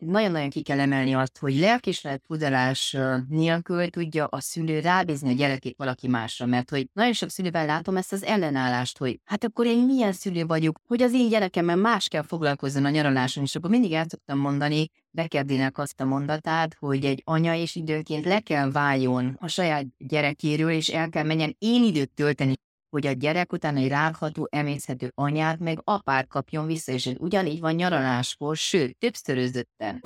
nagyon-nagyon ki kell emelni azt, hogy lelkiismeret tudelás nélkül tudja a szülő rábízni a gyerekét valaki másra, mert hogy nagyon sok szülőben látom ezt az ellenállást, hogy hát akkor én milyen szülő vagyok, hogy az én gyerekemmel más kell foglalkozzon a nyaraláson, és akkor mindig el szoktam mondani Bekerdinek azt a mondatát, hogy egy anya is időnként le kell váljon a saját gyerekéről, és el kell menjen én időt tölteni, hogy a gyerek utána egy rágható, emészhető anyát meg apát kapjon vissza, és ez ugyanígy van nyaraláskor, sőt, többszörözötten.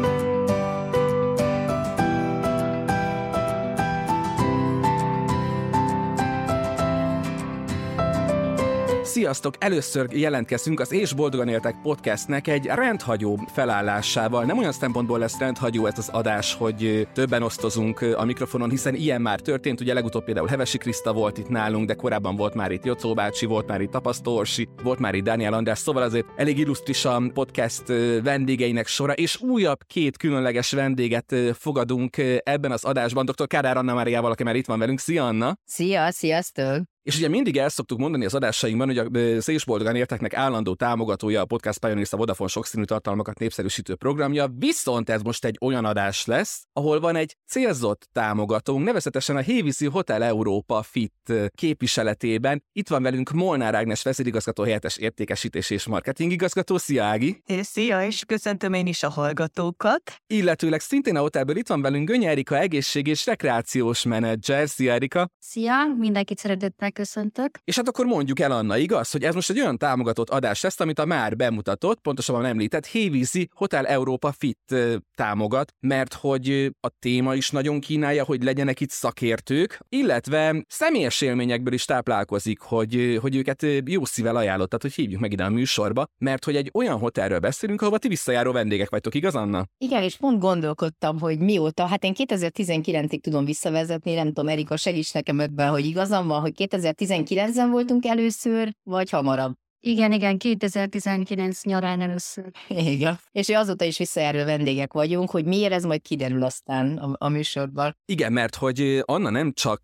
Sziasztok! Először jelentkezünk az És Boldogan Éltek podcastnek egy rendhagyó felállásával. Nem olyan szempontból lesz rendhagyó ez az adás, hogy többen osztozunk a mikrofonon, hiszen ilyen már történt. Ugye legutóbb például Hevesi Kriszta volt itt nálunk, de korábban volt már itt Jocó bácsi, volt már itt Tapasztó Orsi, volt már itt Dániel András, szóval azért elég illusztris a podcast vendégeinek sora, és újabb két különleges vendéget fogadunk ebben az adásban. Dr. Kádár Anna Máriával, aki már itt van velünk. Szia, Anna! Szia, sziasztok! És ugye mindig el szoktuk mondani az adásainkban, hogy az És Boldogan Élteknek állandó támogatója a Podcast Pioneers, a Vodafone sokszínű tartalmakat népszerűsítő programja, viszont ez most egy olyan adás lesz, ahol van egy célzott támogatónk, nevezetesen a Hévízi Hotel Európa Fit képviseletében. Itt van velünk Molnár Ágnes vezérigazgató helyettes értékesítés és marketing igazgató. Szia, Ági! Szia, és köszöntöm én is a hallgatókat. Illetőleg szintén a hotelből itt van velünk Göny Erika, egészség- és rekreációs menedzser. Szia, Erika! Szia, mindenkit szeretettel köszöntök. És hát akkor mondjuk el, Anna, igaz, hogy ez most egy olyan támogatott adás lesz, amit a már bemutatott, pontosabban említett Hévízi Hotel Európa Fit támogat, mert hogy a téma is nagyon kínálja, hogy legyenek itt szakértők, illetve személyes élményekből is táplálkozik, hogy őket jó szívvel ajánlottad, hogy hívjuk meg ide a műsorba, mert hogy egy olyan hotelről beszélünk, ahova ti visszajáró vendégek vagytok, igaz, Anna? Igen, és pont gondolkodtam, hogy mióta, hát én 2019-ig tudom visszavezetni, nem tudom, Erika, segíts nekem ebben, hogy igazam van, hogy 2019-ben voltunk először, vagy hamarabb? Igen, 2019 nyarán először. Igen. És azóta is visszajáró vendégek vagyunk, hogy miért ez majd kiderül aztán a műsorban. Igen, mert hogy Anna nem csak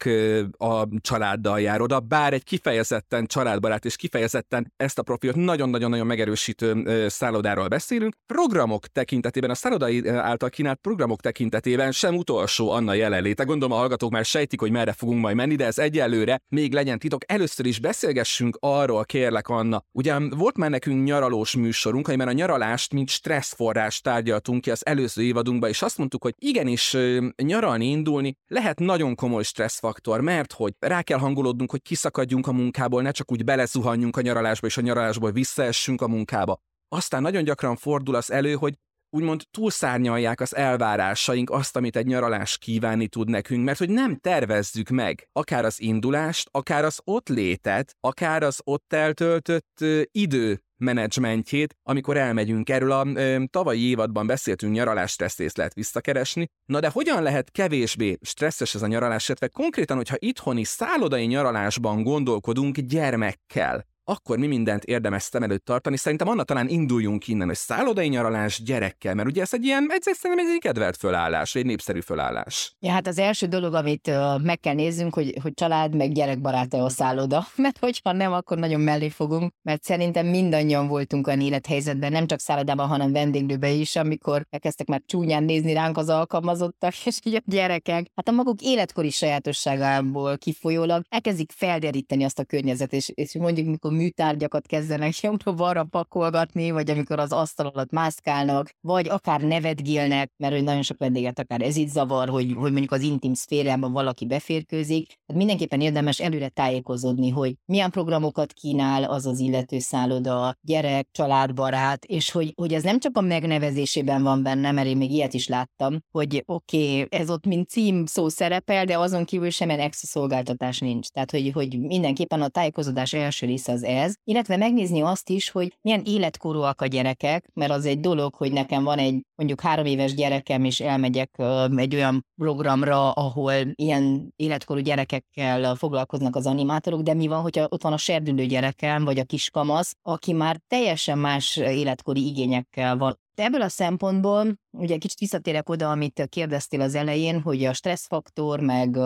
a családdal jár oda, bár egy kifejezetten családbarát és kifejezetten ezt a profilt nagyon-nagyon-nagyon megerősítő szállodáról beszélünk. Programok tekintetében, a szállodai által kínált programok tekintetében sem utolsó Anna jelenléte. Gondolom a hallgatók már sejtik, hogy merre fogunk majd menni, de ez egyelőre még legyen titok. Először is beszélgessünk arról, kérlek, Anna. Ugye volt már nekünk nyaralós műsorunk, amiben a nyaralást mint stresszforrás tárgyaltunk ki az előző évadunkban, és azt mondtuk, hogy igenis nyaralni, indulni lehet nagyon komoly stresszfaktor, mert hogy rá kell hangolódnunk, hogy kiszakadjunk a munkából, ne csak úgy belezuhanjunk a nyaralásba, és a nyaralásból visszaessünk a munkába. Aztán nagyon gyakran fordul az elő, hogy úgymond túlszárnyalják az elvárásaink azt, amit egy nyaralás kívánni tud nekünk, mert hogy nem tervezzük meg akár az indulást, akár az ott létet, akár az ott eltöltött idő menedzsmentjét, amikor elmegyünk. Erről a tavalyi évadban beszéltünk, nyaralás stresszét lehet visszakeresni. Na de hogyan lehet kevésbé stresszes ez a nyaralás, illetve konkrétan, hogyha itthoni szállodai nyaralásban gondolkodunk gyermekkel, akkor mi mindent érdemes szem előtt tartani? Szerintem Anna, talán induljunk innen, hogy szállodai nyaralás gyerekkel, mert ugye ez egy ilyen, szerintem egy kedvelt fölállás, egy népszerű fölállás. Ja, hát az első dolog, amit meg kell néznünk, hogy család meg gyerekbarát-e a szálloda, mert hogyha nem, akkor nagyon mellé fogunk, mert szerintem mindannyian voltunk olyan élethelyzetben, nem csak szállodában, hanem vendéglőben is, amikor elkezdtek már csúnyán nézni ránk az alkalmazottak, és így a gyerekek, hát a maguk életkori sajátosságából kifolyólag elkezdik felderíteni azt a környezetet, és mondjuk, mikor műtárgyakat kezdenek jobbra-balra pakolgatni, vagy amikor az asztal alatt mászkálnak, vagy akár nevetgélnek, mert hogy nagyon sok vendéget akár ez itt zavar, hogy mondjuk az intim szférában valaki beférkőzik. Hát mindenképpen érdemes előre tájékozódni, hogy milyen programokat kínál az az illető szálloda, gyerek, családbarát, és hogy ez nem csak a megnevezésében van benne, mert én még ilyet is láttam, hogy oké, ez ott mint cím szó szerepel, de azon kívül semmilyen extra szolgáltatás nincs. Tehát, hogy mindenképpen a tájékozódás első része az ez, illetve megnézni azt is, hogy milyen életkorúak a gyerekek, mert az egy dolog, hogy nekem van egy mondjuk 3 éves gyerekem, és elmegyek egy olyan programra, ahol ilyen életkorú gyerekekkel foglalkoznak az animátorok, de mi van, hogyha ott van a serdülő gyerekem, vagy a kiskamasz, aki már teljesen más életkori igényekkel van. De ebből a szempontból, ugye kicsit visszatérek oda, amit kérdeztél az elején, hogy a stresszfaktor, meg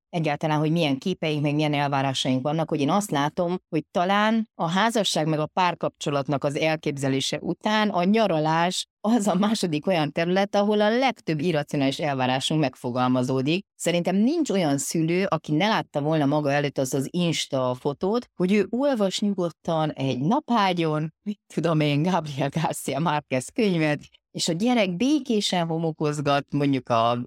egyáltalán, hogy milyen képeink, meg milyen elvárásaink vannak, hogy én azt látom, hogy talán a házasság meg a párkapcsolatnak az elképzelése után a nyaralás az a második olyan terület, ahol a legtöbb irracionális elvárásunk megfogalmazódik. Szerintem nincs olyan szülő, aki ne látta volna maga előtt azt az Insta fotót, hogy ő olvas nyugodtan egy napágyon, mit tudom én, Gabriel García Márquez könyvet, és a gyerek békésen homokozgat mondjuk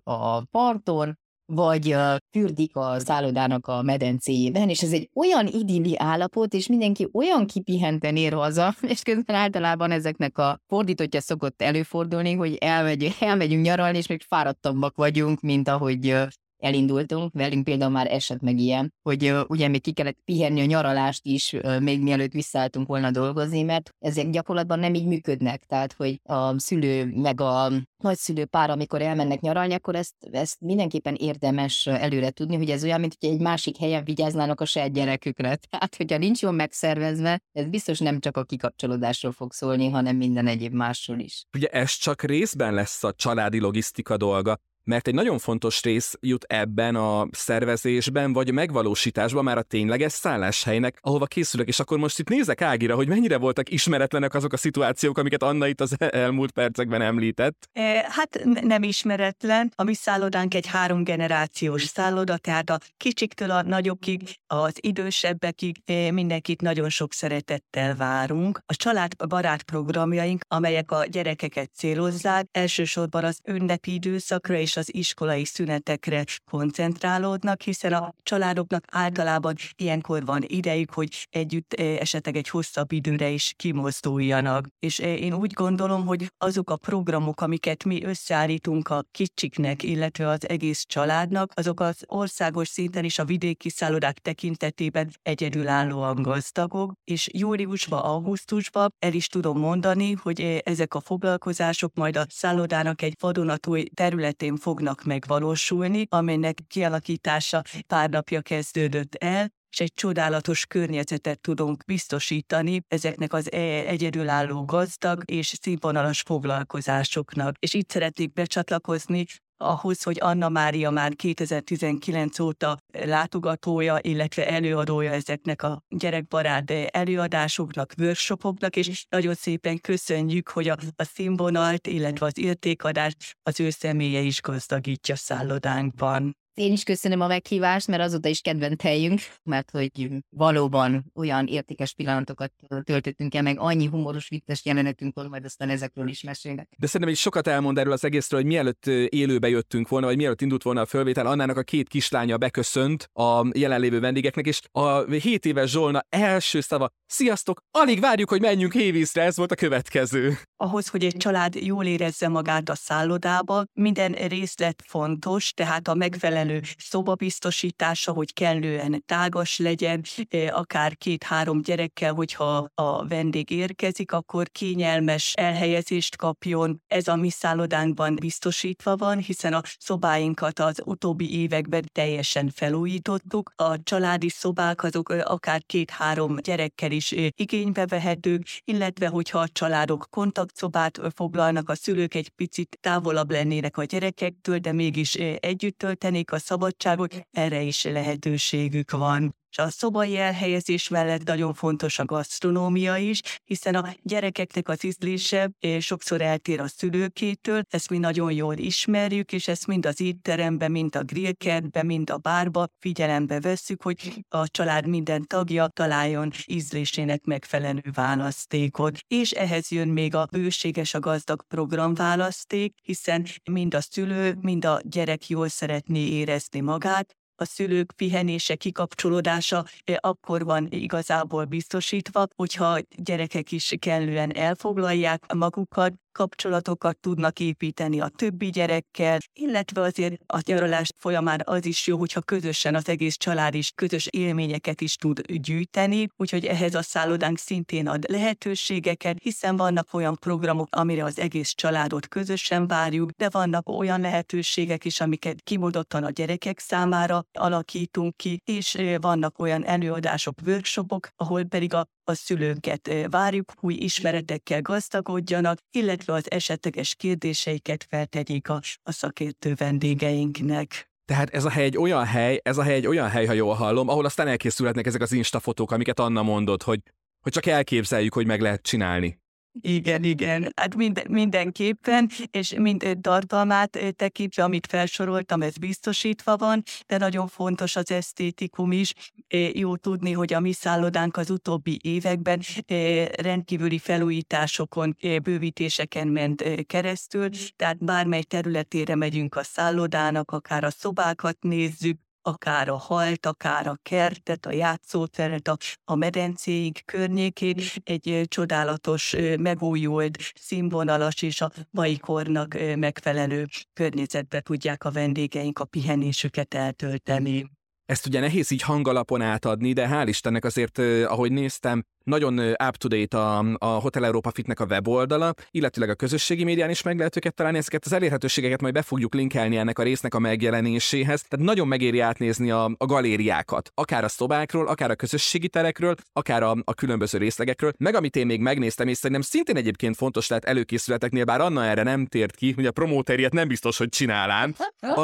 a parton, vagy fürdik a szállodának a medencéjében, és ez egy olyan idilli állapot, és mindenki olyan kipihenten ér haza, és közben általában ezeknek a fordítottja szokott előfordulni, hogy elmegyünk nyaralni, és még fáradtabbak vagyunk, mint ahogy elindultunk. Velünk például már esett meg ilyen, hogy ugye még ki kellett pihenni a nyaralást is, még mielőtt visszaálltunk volna dolgozni, mert ezek gyakorlatban nem így működnek. Tehát, hogy a szülő meg a nagyszülő pár, amikor elmennek nyaralni, akkor ezt mindenképpen érdemes előre tudni, hogy ez olyan, mint hogy egy másik helyen vigyáznának a saját gyerekükre. Tehát, hogyha nincs jól megszervezve, ez biztos nem csak a kikapcsolódásról fog szólni, hanem minden egyéb másról is. Ugye ez csak részben lesz a családi logisztika dolga, mert egy nagyon fontos rész jut ebben a szervezésben, vagy a megvalósításban már a tényleges szálláshelynek, ahova készülök, és akkor most itt nézek Ágira, hogy mennyire voltak ismeretlenek azok a szituációk, amiket Anna itt az elmúlt percekben említett. Hát nem ismeretlen. A mi szállodánk egy 3 generációs szálloda, tehát a kicsiktől a nagyobbig, az idősebbekig mindenkit nagyon sok szeretettel várunk. A családbarát programjaink, amelyek a gyerekeket célozzák, elsősorban az ünnepi időszakra és az iskolai szünetekre koncentrálódnak, hiszen a családoknak általában ilyenkor van idejük, hogy együtt esetleg egy hosszabb időre is kimozduljanak. És én úgy gondolom, hogy azok a programok, amiket mi összeállítunk a kicsiknek, illetve az egész családnak, azok az országos szinten és a vidéki szállodák tekintetében egyedülállóan gazdagok, és júliusban, augusztusban el is tudom mondani, hogy ezek a foglalkozások majd a szállodának egy vadonatúj területén fognak megvalósulni, amelynek kialakítása pár napja kezdődött el, és egy csodálatos környezetet tudunk biztosítani ezeknek az egyedülálló gazdag és színvonalas foglalkozásoknak. És itt szeretnék becsatlakozni ahhoz, hogy Anna Mária már 2019 óta látogatója, illetve előadója ezeknek a gyerekbarát előadásoknak, workshopoknak, és nagyon szépen köszönjük, hogy a színvonalt, illetve az értékadást az ő személye is gazdagítja szállodánkban. Én is köszönöm a meghívást, mert azóta is kedventeljünk, mert hogy valóban olyan értékes pillanatokat töltöttünk el, meg annyi humoros, vicces jelenetünk volt, majd aztán ezekről is mesélnek. De szerintem is sokat elmond erről az egészről, hogy mielőtt élőbe jöttünk volna, vagy mielőtt indult volna a fölvétel, Annának a 2 kislánya beköszönt a jelenlévő vendégeknek, és a 7 éves Zsolna első szava, sziasztok, alig várjuk, hogy menjünk Hévízre, ez volt a következő. Ahhoz, hogy egy család jól érezze magát a szállodába, minden részlet fontos, tehát a megfelelő szoba biztosítása, hogy kellően tágas legyen, akár 2-3 gyerekkel, hogyha a vendég érkezik, akkor kényelmes elhelyezést kapjon. Ez a mi szállodánkban biztosítva van, hiszen a szobáinkat az utóbbi években teljesen felújítottuk. A családi szobák azok akár 2-3 gyerekkel is igénybe vehetők, illetve hogyha a családok kontaktszobát foglalnak, a szülők egy picit távolabb lennének a gyerekektől, de mégis együtt töltenék a szabadságot, erre is lehetőségük van. És a szobai elhelyezés mellett nagyon fontos a gasztronómia is, hiszen a gyerekeknek az ízlése sokszor eltér a szülőkétől, ezt mi nagyon jól ismerjük, és ezt mind az étteremben, mind a grillkertben, mind a bárba figyelembe vesszük, hogy a család minden tagja találjon ízlésének megfelelő választékot. És ehhez jön még a bőséges, a gazdag programválaszték, hiszen mind a szülő, mind a gyerek jól szeretné érezni magát. A szülők pihenése, kikapcsolódása akkor van igazából biztosítva, hogyha a gyerekek is kellően elfoglalják magukat, kapcsolatokat tudnak építeni a többi gyerekkel, illetve azért a nyaralás folyamán az is jó, hogyha közösen az egész család is közös élményeket is tud gyűjteni, úgyhogy ehhez a szállodánk szintén ad lehetőségeket, hiszen vannak olyan programok, amire az egész családot közösen várjuk, de vannak olyan lehetőségek is, amiket kimondottan a gyerekek számára alakítunk ki, és vannak olyan előadások, workshopok, ahol pedig a szülőket várjuk, új ismeretekkel gazdagodjanak, illetve az esetleges kérdéseiket feltegyék a szakértő vendégeinknek. Tehát ez a hely egy olyan hely, ha jól hallom, ahol aztán elkészülhetnek ezek az instafotók, amiket Anna mondott, hogy csak elképzeljük, hogy meg lehet csinálni. Igen. Hát mindenképpen, és mind tartalmát tekintve, amit felsoroltam, ez biztosítva van, de nagyon fontos az esztétikum is. Jó tudni, hogy a mi szállodánk az utóbbi években rendkívüli felújításokon, bővítéseken ment keresztül, tehát bármely területére megyünk a szállodának, akár a szobákat nézzük, akár a halt, akár a kertet, a játszóteret, a medencéink környékét, egy csodálatos, megújult, színvonalas és a mai kornak megfelelő környezetbe tudják a vendégeink a pihenésüket eltölteni. Ezt ugye nehéz így hangalapon átadni, de hál' Istennek azért, ahogy néztem, nagyon up-to-date a Hotel Europa Fitnek a weboldala, illetőleg a közösségi médián is meg lehet őket találni, ezeket az elérhetőségeket majd be fogjuk linkelni ennek a résznek a megjelenéséhez, tehát nagyon megéri átnézni a galériákat, akár a szobákról, akár a közösségi terekről, akár a különböző részlegekről, meg amit én még megnéztem, és szerintem szintén egyébként fontos lehet előkészületeknél, bár Anna erre nem tért ki, hogy a promóterjet nem biztos, hogy csinálám.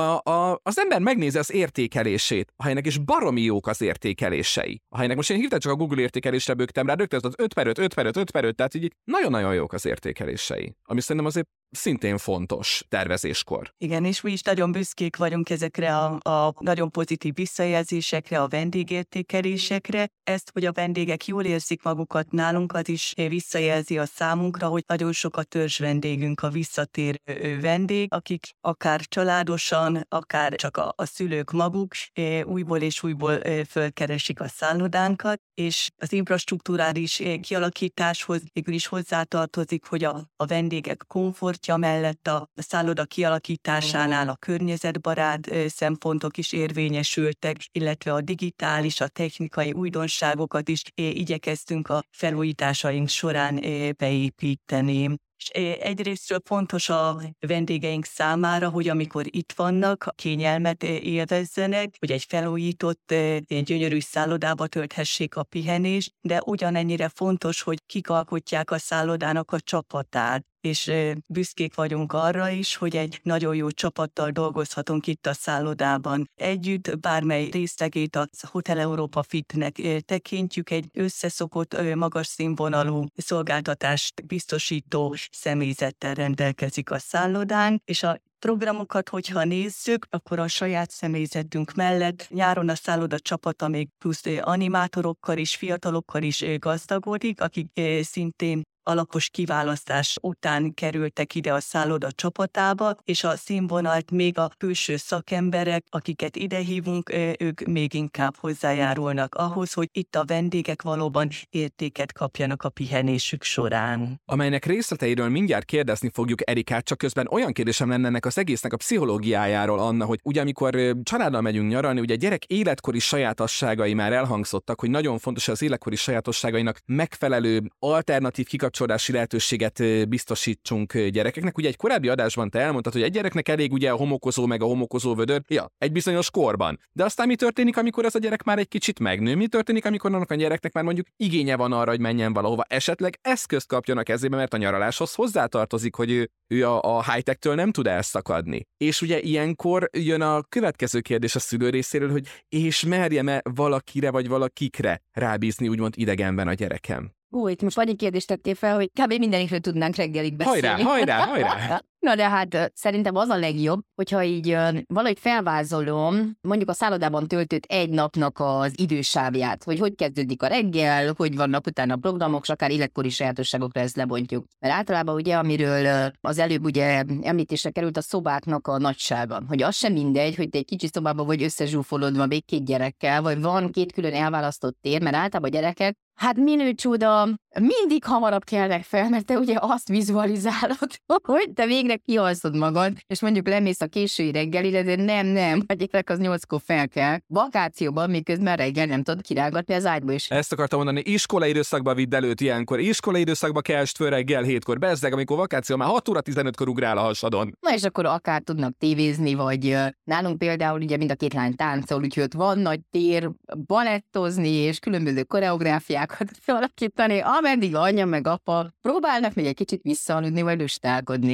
Az ember megnézi az értékelését, a helynek, és baromi jók az értékelései. A helynek most én hirtelen csak a Google értékelésre bögtem rá, rögtön az 5/5, tehát így nagyon-nagyon jók az értékelései. Ami szerintem azért szintén fontos tervezéskor. Igen, és mi is nagyon büszkék vagyunk ezekre a nagyon pozitív visszajelzésekre, a vendégértékelésekre. Ezt, hogy a vendégek jól érzik magukat nálunk, az is visszajelzi a számunkra, hogy nagyon sok a törzs vendégünk, a visszatérő vendég, akik akár családosan, akár csak a szülők maguk újból és újból fölkeresik a szállodánkat, és az infrastrukturális kialakításhoz végül is hozzátartozik, hogy a vendégek komfortja mellett a szálloda kialakításánál a környezetbarát szempontok is érvényesültek, illetve a digitális, a technikai újdonságokat is igyekeztünk a felújításaink során beépíteni. És egyrésztről fontos a vendégeink számára, hogy amikor itt vannak, kényelmet élvezzenek, hogy egy felújított, gyönyörű szállodába tölthessék a pihenést, de ugyanennyire fontos, hogy kik alkotják a szállodának a csapatát. És büszkék vagyunk arra is, hogy egy nagyon jó csapattal dolgozhatunk itt a szállodában. Együtt bármely részlegét a Hotel Europa Fitnek tekintjük, egy összeszokott, magas színvonalú szolgáltatást biztosító személyzettel rendelkezik a szállodán, és a programokat, hogyha nézzük, akkor a saját személyzetünk mellett nyáron a szálloda csapata még plusz animátorokkal és fiatalokkal is gazdagodik, akik szintén alapos kiválasztás után kerültek ide a szálloda csapatába, és a színvonalt még a külső szakemberek, akiket idehívunk, ők még inkább hozzájárulnak ahhoz, hogy itt a vendégek valóban értéket kapjanak a pihenésük során. Amelynek részleteiről mindjárt kérdezni fogjuk Erikát, csak közben olyan kérdésem lenne ennek az egésznek a pszichológiájáról, Anna, hogy ugye amikor családdal megyünk nyaralni, ugye a gyerek életkori sajátosságai már elhangzottak, hogy nagyon fontos az életkori sajátosságainak megfelelő alternatív kikapcsolási lehetőséget biztosítsunk gyerekeknek. Ugye egy korábbi adásban te elmondtad, hogy egy gyereknek elég ugye a homokozó meg a homokozó vödör, egy bizonyos korban. De aztán mi történik, amikor ez a gyerek már egy kicsit megnő? Mi történik, amikor annak a gyereknek már mondjuk igénye van arra, hogy menjen valahova? Esetleg eszközt kapjon a kezébe, mert a nyaraláshoz hozzátartozik, hogy ő a high-techtől nem tud elszakadni. És ugye ilyenkor jön a következő kérdés a szülő részéről, hogy és merjem-e valakire vagy valakikre rábízni úgymond idegenben a gyerekem? Itt most annyi kérdést tettél fel, hogy kb. Mindenikről tudnánk reggelig beszélni. Hajrá! Na de hát szerintem az a legjobb, hogyha így valahogy felvázolom mondjuk a szállodában töltött egy napnak az idősávját, hogy kezdődik a reggel, hogy vannak utána a programok, és akár életkori sajátosságokra ezt lebontjuk. Mert általában ugye, amiről az előbb ugye említésre került, a szobáknak a nagysága, hogy az sem mindegy, hogy te egy kicsi szobában vagy összezsúfolodva még 2 gyerekkel, vagy van 2 külön elválasztott tér, mert általában a gyerekek, hát minő csuda, mindig hamarabb kelnek fel, mert te ugye azt vizualizálod, hogy te végre kialszod magad, és mondjuk lemész a késői reggelire, de nem, a gyerek az 8-kor fel kell. Vakációban, miközben reggel nem tudod kirágatni az ágyba is. Ezt akartam mondani, iskolai időszakba vidd előtt ilyenkor, iskolai időszakba kelst föl reggel 7-kor, bezzeg, amikor vakáció már 6 óra 15-kor ugrál a hasadon. Na és akkor akár tudnak tévézni, vagy nálunk például ugye mind a 2 lány táncol, úgyhogy ott van nagy tér balettozni, és különböző koreográfiákat kialakítani, ameddig anya meg apa próbálnak még egy kicsit visszaaludni, vagy lustálkodni. És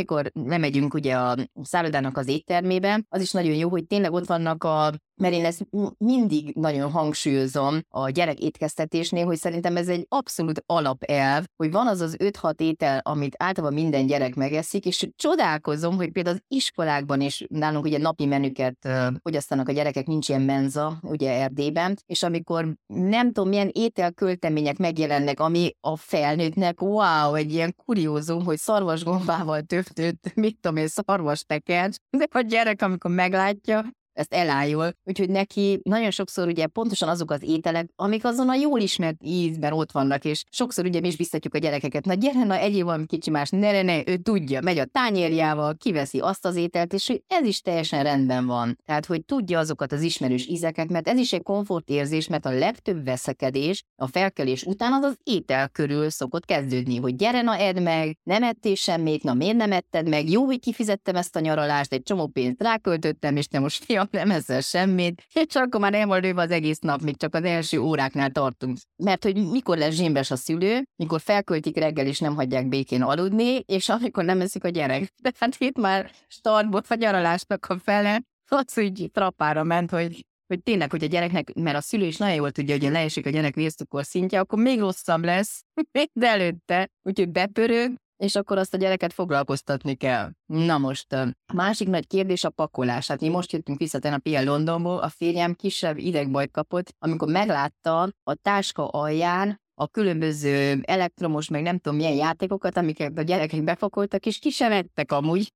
amikor lemegyünk ugye a szállodának az éttermébe, az is nagyon jó, hogy tényleg ott vannak mert én ezt mindig nagyon hangsúlyozom a gyerek étkeztetésnél, hogy szerintem ez egy abszolút alapelv, hogy van az 5-6 étel, amit általában minden gyerek megeszik, és csodálkozom, hogy például az iskolákban is nálunk ugye napi menüket fogyasztanak a gyerekek, nincs ilyen menza, ugye Erdélyben, és amikor nem tudom, milyen ételköltemények megjelennek, ami a felnőttnek, wow, egy ilyen kuriózum, hogy szarvasgombával töltött, mit tudom én, szarvastekercs, de a gyerek, amikor meglátja, ezt elájul, úgyhogy neki nagyon sokszor ugye pontosan azok az ételek, amik azon a jól ismert ízben ott vannak, és sokszor ugye mi is biztatjuk a gyerekeket, na gyere, na egyél valami kicsi más, ne, ő tudja, megy a tányérjával, kiveszi azt az ételt, és hogy ez is teljesen rendben van. Tehát, hogy tudja azokat az ismerős ízeket, mert ez is egy komfortérzés, mert a legtöbb veszekedés a felkelés után az étel körül szokott kezdődni, hogy gyere, na edd meg, nem ettél semmit, na miért nem etted meg, jó, hogy kifizettem ezt a nyaralást, egy csomó pénzt ráköltöttem, és te most nem eszel semmit, és akkor már el van lőve az egész nap, még csak az első óráknál tartunk. Mert hogy mikor lesz zsémbes a szülő, mikor felköltik reggel, és nem hagyják békén aludni, és amikor nem eszik a gyerek. De hát itt már startból a nyaralásnak a fele, az úgy trapára ment, hogy tényleg, hogy a gyereknek, mert a szülő is nagyon jól tudja, hogy leesik a gyerek vércukor szintje, akkor még rosszabb lesz, mint előtte, úgyhogy bepörög, és akkor azt a gyereket foglalkoztatni kell. Na most, a másik nagy kérdés a pakolás. Hát mi most jöttünk vissza tegnap ilyen Londonból, a férjem kisebb idegbajt kapott, amikor meglátta a táska alján a különböző elektromos, meg nem tudom milyen játékokat, amiket a gyerekek bepakoltak, és ki sem ettek amúgy.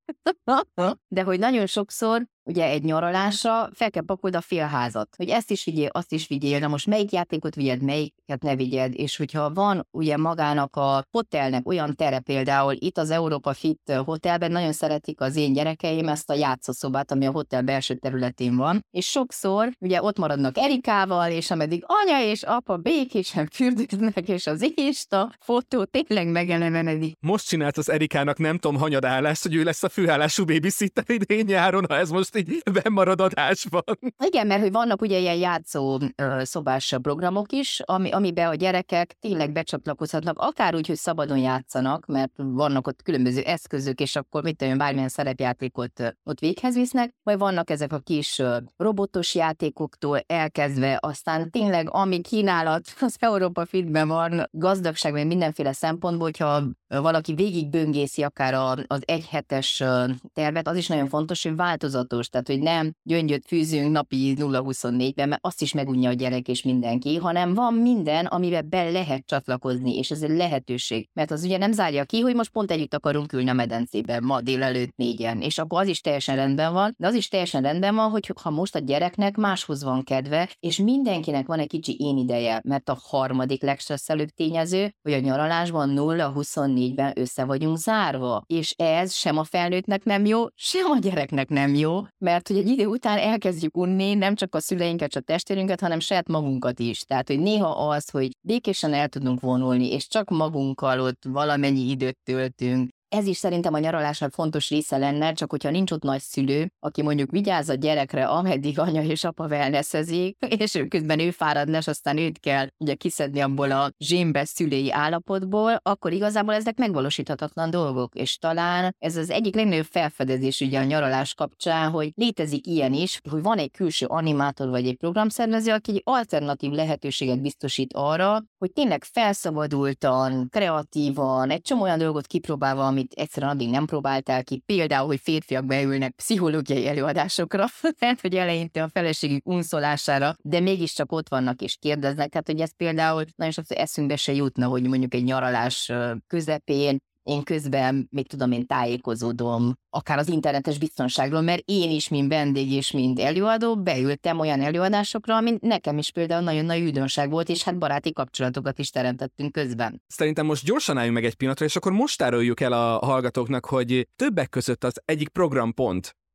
De hogy nagyon sokszor ugye egy nyaralásra fel kell pakold a félházat, hogy ezt is vigyél, azt is vigyél, na most melyik játékot vigyed, melyiket ne vigyed, és hogyha van ugye magának a hotelnek olyan tere, például itt az Europa Fit hotelben nagyon szeretik az én gyerekeim ezt a játszószobát, ami a hotel belső területén van, és sokszor ugye ott maradnak Erikával, és ameddig anya és apa békésen fürdőznek, és az Insta fotó tényleg megelevenedik. Most csinált az Erikának nem tudom hanyadállást, hogy ő lesz a főállású babysitter idén nyáron, ha ez most így bemarad adásban. Igen, mert hogy vannak ugye ilyen játszó szobás programok is, amiben a gyerekek tényleg becsatlakozhatnak, akár úgy, hogy szabadon játszanak, mert vannak ott különböző eszközök, és akkor mit tudom, bármilyen szerepjátékot ott véghez visznek, vagy vannak ezek a kis robotos játékoktól elkezdve, aztán tényleg ami kínálat az Europa Fitben van, gazdagságban mindenféle szempontból, hogyha valaki végig böngészi akár az egyhetes tervet, az is nagyon fontos, hogy változatos, tehát hogy nem gyöngyöt fűzünk napi 0-24-ben, mert azt is megunja a gyerek és mindenki, hanem van minden, amivel be lehet csatlakozni, és ez egy lehetőség. Mert az ugye nem zárja ki, hogy most pont együtt akarunk ülni a medencében ma délelőtt 4-en, és akkor az is teljesen rendben van, de az is teljesen rendben van, hogy ha most a gyereknek máshoz van kedve, és mindenkinek van egy kicsi én ideje, mert a harmadik legstresszelőbb tényező, hogy a nyaralásban 0-24-ben össze vagyunk zárva, és ez sem a felnőttnek nem jó, sem a gyereknek nem jó, mert hogy egy idő után elkezdjük unni nem csak a szüleinket, csak a testvérünket, hanem saját magunkat is. Tehát, hogy néha az, hogy békésen el tudunk vonulni, és csak magunkkal ott valamennyi időt töltünk, ez is szerintem a nyaralásnak fontos része lenne, csak hogyha nincs ott nagyszülő, aki mondjuk vigyáz a gyerekre, ameddig anya és apa wellnessezik, és közben ő fárad lesz, aztán őt kell ugye kiszedni abból a zsémbes szülői állapotból, akkor igazából ezek megvalósíthatatlan dolgok, és talán ez az egyik legnagyobb felfedezés ugye a nyaralás kapcsán, hogy létezik ilyen is, hogy van egy külső animátor vagy egy programszervező, aki egy alternatív lehetőséget biztosít arra, hogy tényleg felszabadultan, kreatívan, egy csomó olyan dolgot kipróbálva, amit egyszerűen addig nem próbáltál ki, például, hogy férfiak beülnek pszichológiai előadásokra, tehát, hogy eleinte a feleségük unszolására, de mégiscsak ott vannak és kérdeznek, tehát, hogy ez például nagyon sokszor eszünkbe se jutna, hogy mondjuk egy nyaralás közepén én közben, még tudom, én tájékozódom, akár az internetes biztonságról, mert én is, mint vendég és mint előadó, beültem olyan előadásokra, ami nekem is például nagyon nagy újdonság volt, és hát baráti kapcsolatokat is teremtettünk közben. Szerintem most gyorsan álljunk meg egy pillanatra, és akkor most áruljuk el a hallgatóknak, hogy többek között az egyik programpont,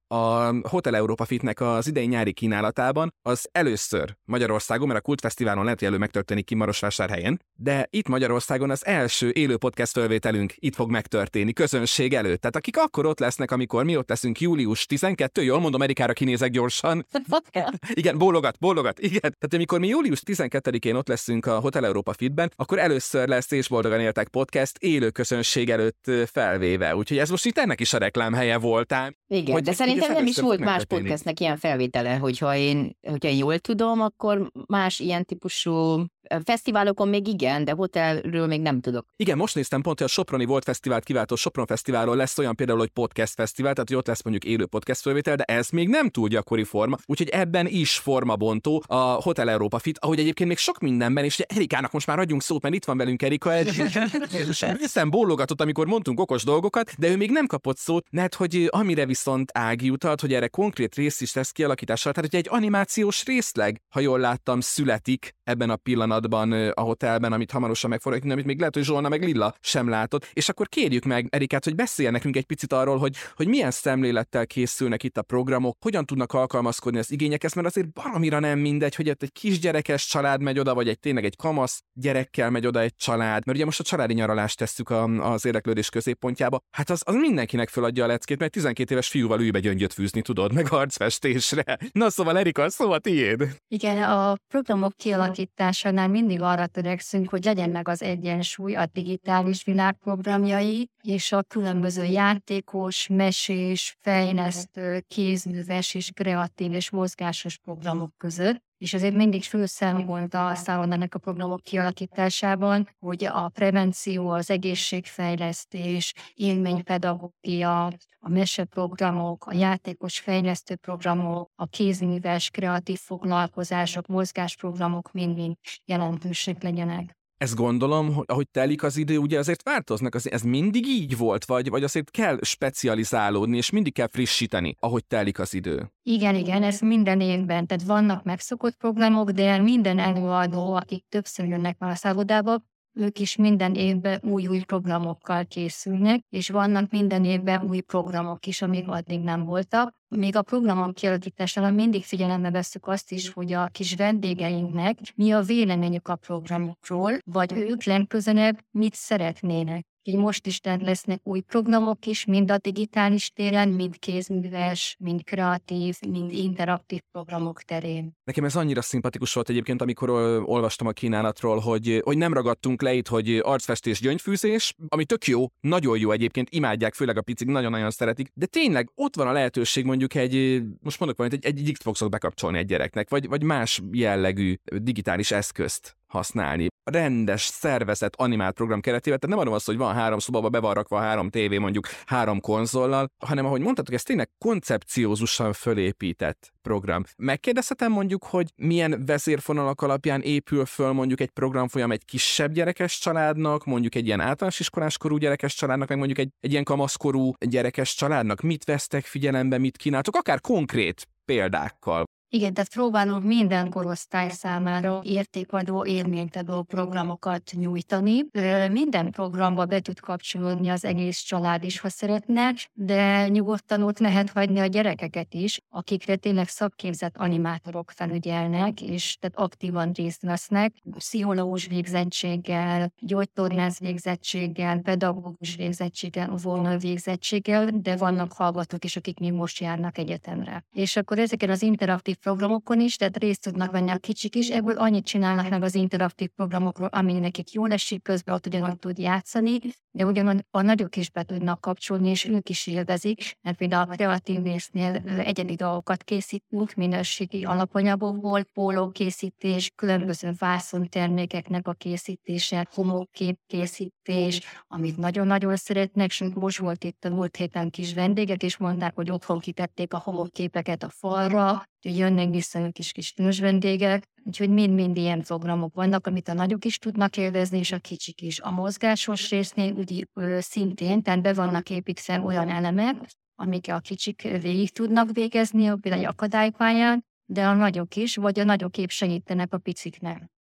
a Hotel Europa Fitnek az idei nyári kínálatában az először Magyarországon, mert a Kultfesztiválon lehet, hogy elő megtörténik ki Marosvásárhelyen, de itt Magyarországon az első élő podcast felvételünk itt fog megtörténni közönség előtt. Tehát akik akkor ott lesznek, amikor mi ott leszünk július 12, jól mondom, Erikára kinézek gyorsan. Igen, bólogat, igen. Tehát amikor mi július 12-én ott leszünk a Hotel Europa Fitben, akkor először lesz És boldogan éltek podcast élő közönség előtt felvéve. Úgyhogy ez most itt ennek is a reklámhelye voltál. Igen, hogy de szerintem nem is volt más podcastnek ilyen felvétele, hogyha én jól tudom, akkor más ilyen típusú fesztiválokon még igen, de hotelről még nem tudok. Igen, most néztem pont, hogy a Soproni Volt Fesztivált kiváltó Sopron Fesztiválról lesz olyan például, hogy podcast fesztivál, tehát hogy ott lesz mondjuk élő podcast felvétel, de ez még nem túl gyakori forma, úgyhogy ebben is formabontó a Hotel Europa Fit, ahogy egyébként még sok mindenben, és Erikának most már adjunk szót, mert itt van velünk Erika, hiszen bólogatott, amikor mondtunk okos dolgokat, de ő még nem kapott szót, mert hogy amire viszont Ági utalt, hogy erre konkrét rész is lesz kialakítással, tehát hogy egy animációs részleg, ha jól láttam, születik ebben a pillanatban a hotelben, amit hamarosan meg fogok, amit még lehet, hogy Zsolna meg Lilla sem látott. És akkor kérjük meg Erikát, hogy beszéljen nekünk egy picit arról, hogy milyen szemlélettel készülnek itt a programok, hogyan tudnak alkalmazkodni az igényekhez, mert azért baromira nem mindegy, hogy egy kisgyerekes család megy oda, vagy tényleg egy kamasz gyerekkel megy oda egy család, mert ugye most a családi nyaralást tesszük az érdeklődés középpontjába. Hát az mindenkinek föladja a leckét, mert 12 éves fiúval ülj be gyöngyöt fűzni, tudod, meg arcfestésre. Na szóval Erika, szóval tiéd. Igen, a programok kialakításánál mindig arra törekszünk, hogy legyen meg az egyensúly a digitális világ programjai és a különböző játékos, mesés, fejlesztő, kézműves és kreatív és mozgásos programok között. És azért mindig főszempont a szállodának a programok kialakításában, hogy a prevenció, az egészségfejlesztés, élménypedagógia, a meseprogramok, a játékos fejlesztő programok, a kézműves kreatív foglalkozások, mozgásprogramok mind-mind jelentősek legyenek. Ezt gondolom, hogy ahogy telik az idő, ugye azért változnak, ez mindig így volt, vagy azért kell specializálódni, és mindig kell frissíteni, ahogy telik az idő. Igen, ez minden évben, tehát vannak megszokott programok, de minden előadó, akik többször jönnek már a szállodába, ők is minden évben új programokkal készülnek, és vannak minden évben új programok is, amik addig nem voltak. Még a programok kialakításánál mindig figyelembe vesszük azt is, hogy a kis vendégeinknek mi a véleményük a programokról, vagy ők legközelebb mit szeretnének. Így most is lesznek új programok is, mind a digitális téren, mind kézműves, mind kreatív, mind interaktív programok terén. Nekem ez annyira szimpatikus volt egyébként, amikor olvastam a kínálatról, hogy nem ragadtunk le itt, hogy arcfestés, gyöngyfűzés, ami tök jó, nagyon jó egyébként, imádják, főleg a picik, nagyon-nagyon szeretik, de tényleg ott van a lehetőség mondjuk most mondok valamit, egy Xboxot bekapcsolni egy gyereknek, vagy más jellegű digitális eszközt használni. A rendes, szervezett, animált program keretében, tehát nem arról az, hogy van 3 szobaba, be van rakva 3 tévé, mondjuk 3 konzollal, hanem ahogy mondtátok, ez tényleg koncepciózusan fölépített program. Megkérdezhetem mondjuk, hogy milyen vezérfonalak alapján épül föl mondjuk egy programfolyam egy kisebb gyerekes családnak, mondjuk egy ilyen általános iskoláskorú gyerekes családnak, meg mondjuk egy ilyen kamaszkorú gyerekes családnak. Mit vesztek figyelembe, mit kínáltok, akár konkrét példákkal? Igen, tehát próbálunk minden korosztály számára értékadó, élménytadó programokat nyújtani. Minden programba be tud kapcsolódni az egész család is, ha szeretne, de nyugodtan ott lehet hagyni a gyerekeket is, akikre tényleg szakképzett animátorok felügyelnek, és tehát aktívan részt vesznek, pszichológus végzettséggel, gyógytornász végzettséggel, pedagógus végzettséggel, óvónő végzettséggel, de vannak hallgatók is, akik még most járnak egyetemre. És akkor ezeken az interaktív programokon is, tehát részt tudnak venni a kicsik is, ebből annyit csinálnak meg az interaktív programokról, ami nekik jól esik, közben ott ugyanúgy tud játszani, de ugyanúgy a nagyok is be tudnak kapcsolni, és ők is élvezik, mert például a kreatív résznél egyedi dolgokat készítünk, minőségi alapanyagokból, pólókészítés, különböző vászontermékeknek a készítése, homlokkép készítés, amit nagyon-nagyon szeretnek, sőt most volt itt a múlt héten kis vendégek, és mondták, hogy otthon kitették a homokképeket a falra, hogy jönnek vissza ők is kis vendégek, úgyhogy mind-mind ilyen programok vannak, amit a nagyok is tudnak élvezni, és a kicsik is. A mozgásos résznél úgy szintén, tehát be vannak építve olyan elemek, amik a kicsik végig tudnak végezni, például egy akadálypályán, de a nagyok is, vagy a nagyok épp segítenek a piciknek.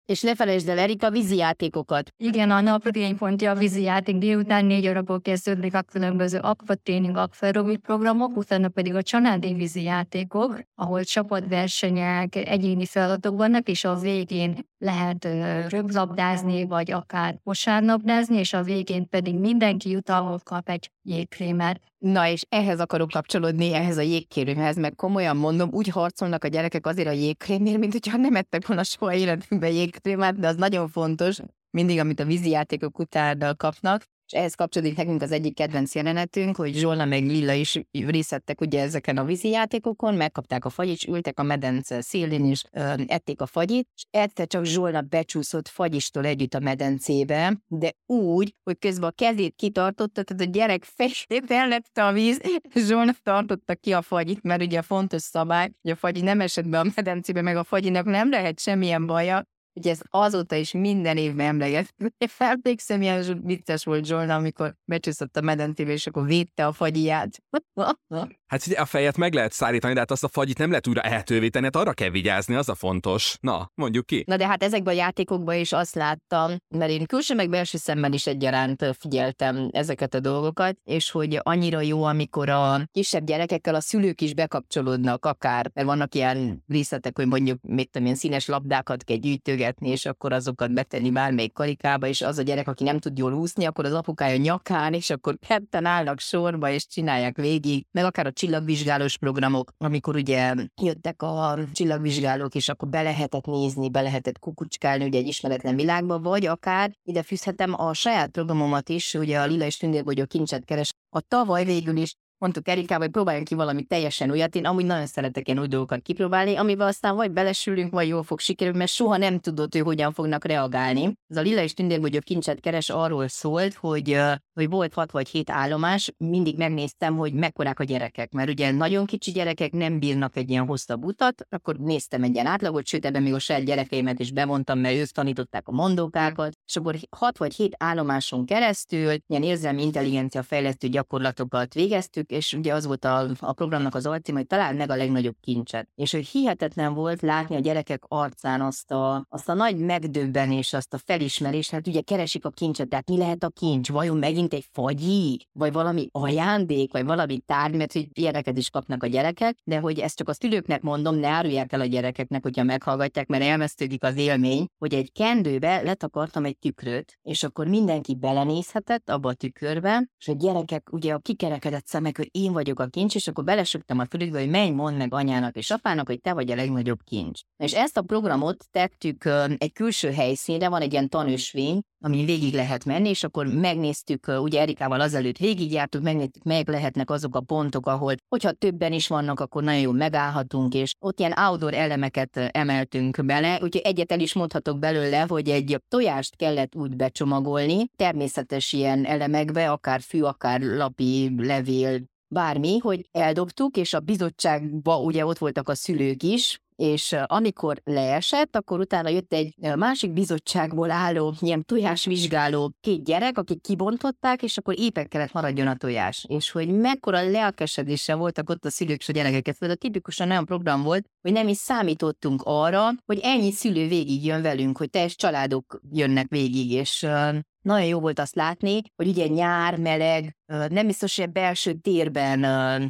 És ne felejtsd el, Erika, vízi játékokat. Igen, a nap igénypontja a vízi játék, délután 4 órakor kezdődnek a különböző akvatréning, akvaerobik programok, utána pedig a családi vízi játékok, ahol csapatversenyek, egyéni feladatok vannak, és a végén lehet röplabdázni, vagy akár kosárlabdázni, és a végén pedig mindenki jutalmot kap egy jégkrémet. Na, és ehhez akarok kapcsolódni, ehhez a jégkrémhez, mert komolyan mondom, úgy harcolnak a gyerekek azért a jégkrémért, mint hogyha nem ettek volna soha életükben jégkrémet, de az nagyon fontos, mindig, amit a vízi játékok után kapnak. És ehhez kapcsolódik nekünk az egyik kedvenc jelenetünk, hogy Zsolna meg Lilla is részt vettek ugye ezeken a vízi játékokon, megkapták a fagyit, és ültek a medence szélén, és ették a fagyit, és egyszer csak Zsolna becsúszott fagyistól együtt a medencébe, de úgy, hogy közben a kezét kitartotta, tehát a gyerek fejét ellette a víz, és Zsolna tartotta ki a fagyit, mert ugye a fontos szabály, hogy a fagyi nem esett be a medencébe, meg a fagyinak nem lehet semmilyen baja, ugye ez azóta is minden évben emleget. Emlékszem, ilyen vicces volt Zsolna, amikor becsúszott a medencébe, és akkor védte a fagyiját. Hát ugye a fejet meg lehet szárítani, de hát azt a fagyit nem lehet újra eltővé tenni, hát arra kell vigyázni, az a fontos. Na, mondjuk ki. Na de hát ezekben a játékokban is azt láttam, mert én külső meg belső szemben is egyaránt figyeltem ezeket a dolgokat, és hogy annyira jó, amikor a kisebb gyerekekkel a szülők is bekapcsolódnak akár, mert vannak ilyen részletek, hogy mondjuk mit tudom én, színes labdákat kell gyűjtögetni, és akkor azokat betenni bármelyik karikába, és az a gyerek, aki nem tud jól úszni, akkor az apukája nyakán, és akkor ketten állnak sorba, és csinálják végig, meg akár a csillagvizsgálós programok, amikor ugye jöttek a csillagvizsgálók, és akkor be lehetett nézni, be lehetett kukucskálni ugye egy ismeretlen világba, vagy akár ide fűzhetem a saját programomat is, ugye a Lila és Tündérbogyó kincset keres. A tavaly végül is mondtuk Erikával, hogy próbáljunk ki valami teljesen újat. Én amúgy nagyon szeretek ilyen új dolgokat kipróbálni, amivel aztán vagy belesülünk, vagy jól fog sikerülni, mert soha nem tudod, hogy hogyan fognak reagálni. Ez a Lila és Tündérbogyó kincset keres arról szólt, hogy volt 6 vagy 7 állomás, mindig megnéztem, hogy mekkorák a gyerekek, mert ugye nagyon kicsi gyerekek nem bírnak egy ilyen hosszabb utat, akkor néztem egy ilyen átlagot, sőt, ebben még a saját gyerekeimet is bevontam, mert ők tanították a mondókákat, és akkor 6 vagy 7 állomáson keresztül ilyen érzelmi intelligencia fejlesztő gyakorlatokat végeztük, és ugye az volt a programnak az alcím, hogy találd meg a legnagyobb kincset. És hogy hihetetlen volt látni a gyerekek arcán azt a nagy megdöbbenést, azt a felismerést, hát ugye keresik a kincset, tehát mi lehet a kincs? Vajon megint egy fagyi? Vagy valami ajándék? Vagy valami tárgy? Mert hogy ilyeneket is kapnak a gyerekek, de hogy ezt csak a szülőknek mondom, ne árulják el a gyerekeknek, hogyha meghallgatják, mert elvesztődik az élmény, hogy egy kendőbe letakartam egy tükröt, és akkor mindenki belenézhetett abba a tükörbe, és a gyerekek ugye a kikerekedett szemek, hogy én vagyok a kincs, és akkor belesögtem a fülükbe, hogy menj, mondd meg anyának és apának, hogy te vagy a legnagyobb kincs. És ezt a programot tettük egy külső helyszínre, van egy ilyen tanösvény, amin végig lehet menni, és akkor megnéztük, ugye Erikával azelőtt végigjártuk, megnéztük, meg lehetnek azok a pontok, ahol, hogyha többen is vannak, akkor nagyon jól megállhatunk, és ott ilyen outdoor elemeket emeltünk bele, úgyhogy egyet el is mondhatok belőle, hogy egy tojást kellett úgy becsomagolni, természetes ilyen elemekbe, akár fű, akár lapi, levél, bármi, hogy eldobtuk, és a bizottságban ugye ott voltak a szülők is, és amikor leesett, akkor utána jött egy másik bizottságból álló, ilyen tojásvizsgáló 2 gyerek, akik kibontották, és akkor éppen kellett maradjon a tojás. És hogy mekkora lelkesedéssel voltak ott a szülők és a gyerekeket. Ez a tipikusan olyan program volt, hogy nem is számítottunk arra, hogy ennyi szülő végig jön velünk, hogy teljes családok jönnek végig, és nagyon jó volt azt látni, hogy ugye nyár, meleg, nem biztos, hogy a belső térben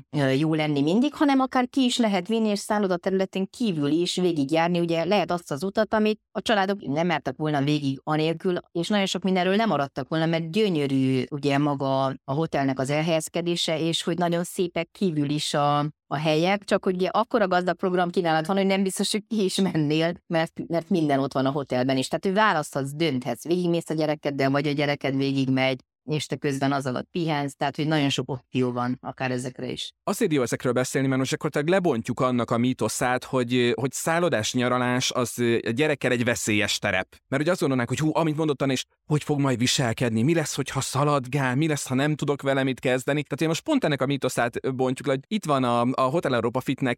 jó lenni mindig, hanem akár ki is lehet vinni, és szállodaterületén kívül is végigjárni, ugye lehet azt az utat, amit a családok nem mertek volna végig anélkül, és nagyon sok mindenről nem maradtak volna, mert gyönyörű ugye maga a hotelnek az elhelyezkedése, és hogy nagyon szépek kívül is a helyek, csak hogy ugye akkora gazdag program kínálat van, hogy nem biztos, hogy ki is mennél, mert minden ott van a hotelben is. Tehát, hogy választhatsz, dönthetsz, végigmész a gyerekeddel, vagy a gyereked végigmegy, és te közben az alatt pihensz, tehát hogy nagyon sok opció van akár ezekre is. Azért jó ezekről beszélni, mert most akkor lebontjuk annak a mítoszát, hogy szállodás nyaralás az a gyerekkel egy veszélyes terep. Mert ugye azt gondolnánk, hogy amit mondottan, és hogy fog majd viselkedni, mi lesz, hogyha szaladgál, mi lesz, ha nem tudok vele mit kezdeni. Tehát én most pont ennek a mítoszát bontjuk le, hogy itt van a Hotel Europa Fitnek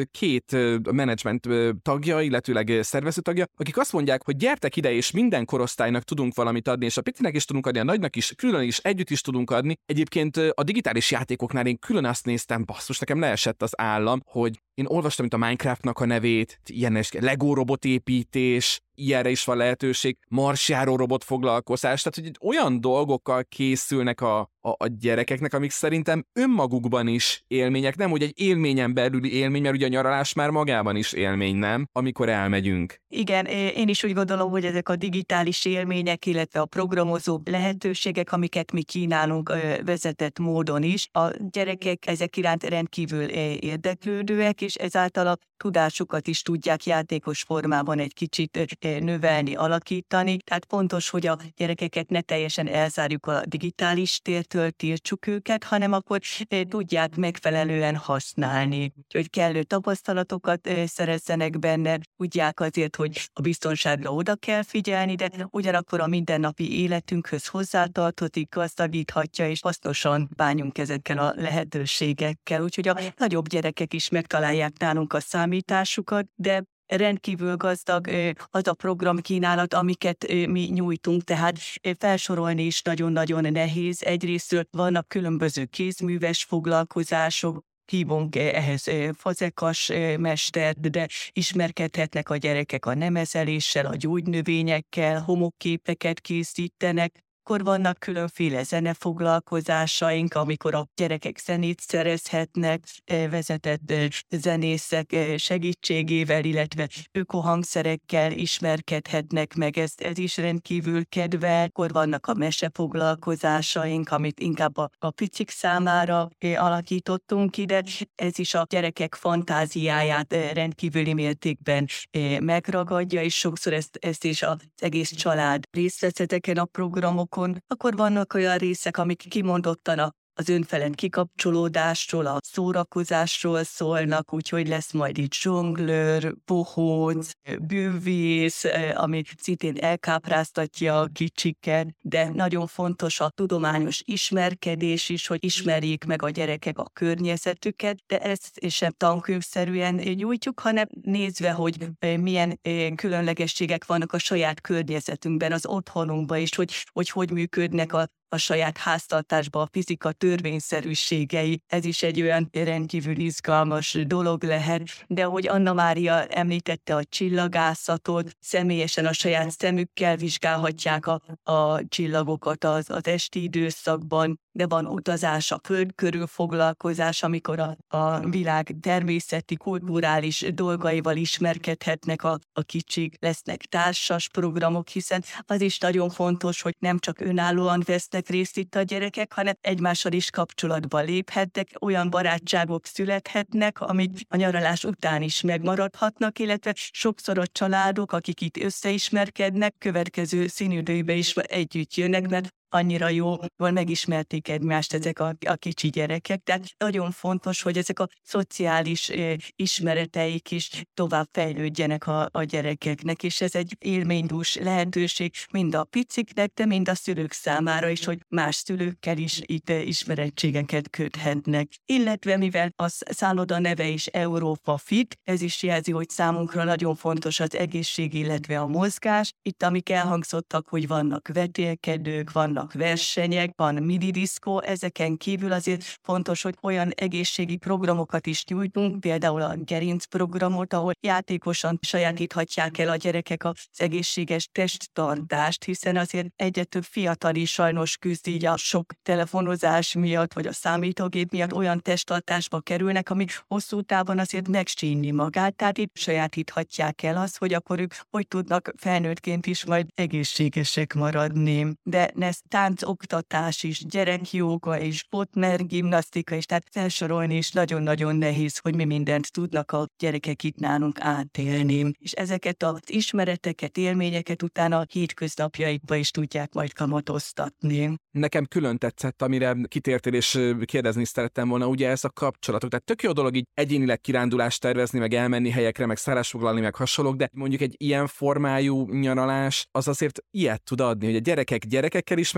2 menedzsment tagja, illetőleg szervező tagja, akik azt mondják, hogy gyertek ide, és minden korosztálynak tudunk valamit adni, és a picinek is tudunk adni, a nagynak is, külön is együtt is tudunk adni. Egyébként a digitális játékoknál én külön azt néztem, basszus, nekem leesett az állam, hogy Én olvastam, mint a Minecraftnak a nevét, ilyen Lego robotépítés, ilyenre is van lehetőség, marsjáró robotfoglalkozás, tehát hogy olyan dolgokkal készülnek a gyerekeknek, amik szerintem önmagukban is élmények, nem úgy egy élményen belüli élmény, mert ugye a nyaralás már magában is élmény, nem? Amikor elmegyünk. Igen, én is úgy gondolom, hogy ezek a digitális élmények, illetve a programozó lehetőségek, amiket mi kínálunk vezetett módon is, a gyerekek ezek iránt rendkívül érdeklődőek, és ezáltal a tudásukat is tudják játékos formában egy kicsit növelni, alakítani. Tehát fontos, hogy a gyerekeket ne teljesen elzárjuk a digitális tértől, tiltsuk őket, hanem akkor tudják megfelelően használni. Úgyhogy kellő tapasztalatokat szerezzenek benne, tudják azért, hogy a biztonságra oda kell figyelni, de ugyanakkor a mindennapi életünkhöz hozzátartozik, gazdagíthatja, és hasznosan bánjunk ezekkel a lehetőségekkel. Úgyhogy a nagyobb gyerekek is megtalálják nálunk a számításukat, de rendkívül gazdag az a programkínálat, amiket mi nyújtunk, tehát felsorolni is nagyon-nagyon nehéz. Egyrésztről vannak különböző kézműves foglalkozások, hívunk ehhez fazekas mestert, de ismerkedhetnek a gyerekek a nemezeléssel, a gyógynövényekkel, homokképeket készítenek. Akkor vannak különféle zenefoglalkozásaink, amikor a gyerekek zenét szerezhetnek, vezetett zenészek segítségével, illetve ökohangszerekkel ismerkedhetnek meg, ez is rendkívül kedvel. Akkor vannak a mesefoglalkozásaink, amit inkább a picik számára alakítottunk ide. Ez is a gyerekek fantáziáját rendkívüli mértékben megragadja, és sokszor ezt is az egész család részt vesz ezeken a programokon. Akkor vannak olyan részek, amik kimondottan az önfelett kikapcsolódásról, a szórakozásról szólnak, úgyhogy lesz majd itt zsonglőr, bohóc, bűvész, ami szintén elkápráztatja a kicsiket, de nagyon fontos a tudományos ismerkedés is, hogy ismerjék meg a gyerekek a környezetüket, de ezt sem tankönyvszerűen nyújtjuk, hanem nézve, hogy milyen különlegességek vannak a saját környezetünkben, az otthonunkban is, hogy működnek a saját háztartásban a fizika törvényszerűségei, ez is egy olyan rendkívül izgalmas dolog lehet, de ahogy Anna Mária említette a csillagászatot, személyesen a saját szemükkel vizsgálhatják a csillagokat az esti időszakban, de van utazás, a föld körül foglalkozás, amikor a világ természeti, kulturális dolgaival ismerkedhetnek a kicsik, lesznek társas programok, hiszen az is nagyon fontos, hogy nem csak önállóan vesznek részt itt a gyerekek, hanem egymással is kapcsolatba léphetnek, olyan barátságok születhetnek, amik a nyaralás után is megmaradhatnak, illetve sokszor a családok, akik itt összeismerkednek, következő színidőbe is együtt jönnek, mert annyira jól megismerték egymást ezek a kicsi gyerekek. Tehát nagyon fontos, hogy ezek a szociális ismereteik is tovább fejlődjenek a gyerekeknek, és ez egy élménydús lehetőség mind a piciknek, de mind a szülők számára is, hogy más szülőkkel is itt ismerettségeket köthetnek. Illetve mivel a szálloda neve is Európa Fit, ez is jelzi, hogy számunkra nagyon fontos az egészség, illetve a mozgás. Itt amik elhangzottak, hogy vannak vetélkedők, vannak versenyek, van mini-diszkó, ezeken kívül azért fontos, hogy olyan egészségi programokat is nyújtunk, például a gerinc programot, ahol játékosan sajátíthatják el a gyerekek az egészséges testtartást, hiszen azért egyre több fiatal is sajnos küzd így a sok telefonozás miatt, vagy a számítógép miatt olyan testtartásba kerülnek, amik hosszú távon azért megsínli magát, tehát itt sajátíthatják el azt, hogy akkor ők hogy tudnak felnőttként is majd egészségesek maradni. De táncoktatás is, gyerekjóga és partner gimnasztika is, tehát felsorolni is nagyon-nagyon nehéz, hogy mi mindent tudnak a gyerekek itt nálunk átélni. És ezeket az ismereteket, élményeket utána a hétköznapjaikba is tudják majd kamatoztatni. Nekem külön tetszett, amire kitértél és kérdezni szerettem volna, ugye ez a kapcsolatok. Tehát tök jó dolog így egyénileg kirándulást tervezni, meg elmenni helyekre, meg szállást foglalni, meg hasonlók, de mondjuk egy ilyen formájú nyaralás az azért ilyet tud adni, hogy a gyerekek gyerekekkel ismerkednek,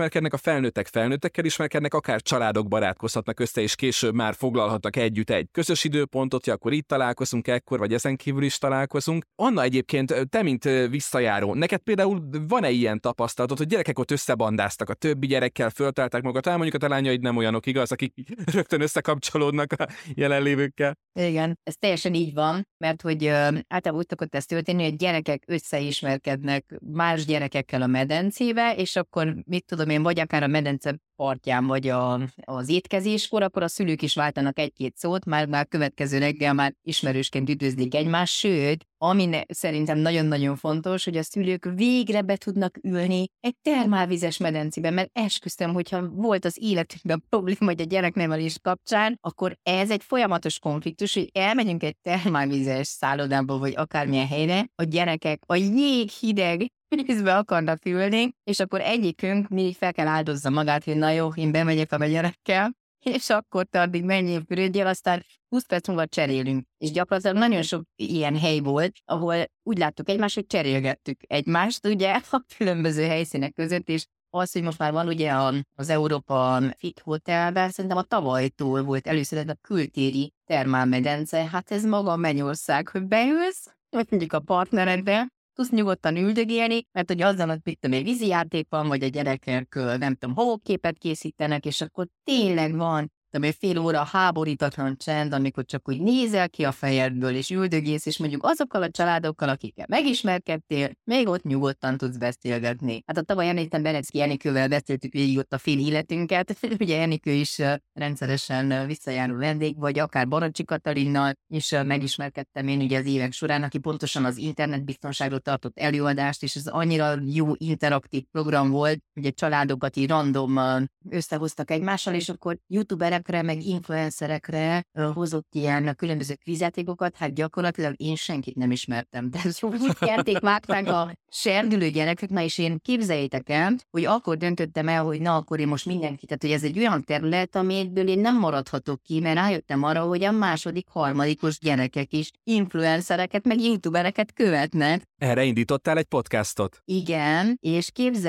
ismerkednek, a felnőttek felnőttekkel ismerkednek, akár családok barátkozhatnak össze, és később már foglalhatnak együtt egy közös időpontot, hogy akkor itt találkozunk ekkor, vagy ezen kívül is találkozunk. Anna, egyébként te, mint visszajáró, neked például van-e ilyen tapasztalatod, hogy gyerekek ott összebandáztak a többi gyerekkel, föltálták magukat, mondjuk a lányaid nem olyanok, igaz, akik rögtön összekapcsolódnak a jelenlévőkkel? Igen, ez teljesen így van, mert hogy általában úgy szokott ez történni, hogy gyerekek összeismerkednek más gyerekekkel a medencébe, és akkor mit tudom én, vagy akár a medence partján, vagy az étkezéskor, akkor a szülők is váltanak egy-két szót, már következő reggel már ismerősként üdvözlik egymást, sőt, ami szerintem nagyon-nagyon fontos, hogy a szülők végre be tudnak ülni egy termálvizes medencébe, mert esküszöm, hogyha volt az életünkben probléma, hogy a gyereknevelés kapcsán, akkor ez egy folyamatos konfliktus, hogy elmegyünk egy termálvizes szállodába, vagy akármilyen helyre, a gyerekek a jéghideg vízbe akarnak ülni, és akkor egyikünk mindig fel kell áldozza magát, hogy na jó, én bemegyek a gyerekkel, és akkor addig menjél fürödjél, aztán 20 perc múlva cserélünk. És gyakorlatilag nagyon sok ilyen hely volt, ahol úgy láttuk egymást, hogy cserélgettük egymást, ugye, a különböző helyszínek között, és az, hogy most már van ugye az Európa Fit Hotelben, szerintem a tavalytól volt először ez a kültéri termálmedence, hát ez maga a mennyország, hogy beülsz, vagy mondjuk a partneredbe, tudsz nyugodtan üldögélni, mert hogy azzal, hogy mit tudom, egy vízijáték van, vagy a gyerekek, nem tudom, homoképet készítenek, és akkor tényleg van, egy fél óra háborítatlan csend, amikor csak úgy nézel ki a fejedből, és üldögész, és mondjuk azokkal a családokkal, akikkel megismerkedtél, még ott nyugodtan tudsz beszélgetni. Hát a tavaly említem Benecki Enikővel beszéltük végig ott a fél életünket, ugye Enikő is rendszeresen visszajáró vendég, vagy akár Baracsi Katalinnal, és megismerkedtem én ugye az évek során, aki pontosan az internetbiztonságról tartott előadást, és ez annyira jó interaktív program volt, hogy a családokat így random összehoztak egymással, és akkor youtuberek meg influencerekre hozott ilyen különböző kvízjátékokat, hát gyakorlatilag én senkit nem ismertem. De úgy nyerték vágták a serdülő gyerekek, na és én képzeljétek el, hogy akkor döntöttem el, hogy na akkor én most mindenkit, tehát hogy ez egy olyan terület, amiből én nem maradhatok ki, mert rájöttem arra, hogy a második, harmadikos gyerekek is influencereket, meg youtubereket követnek. Erre indítottál egy podcastot. Igen, és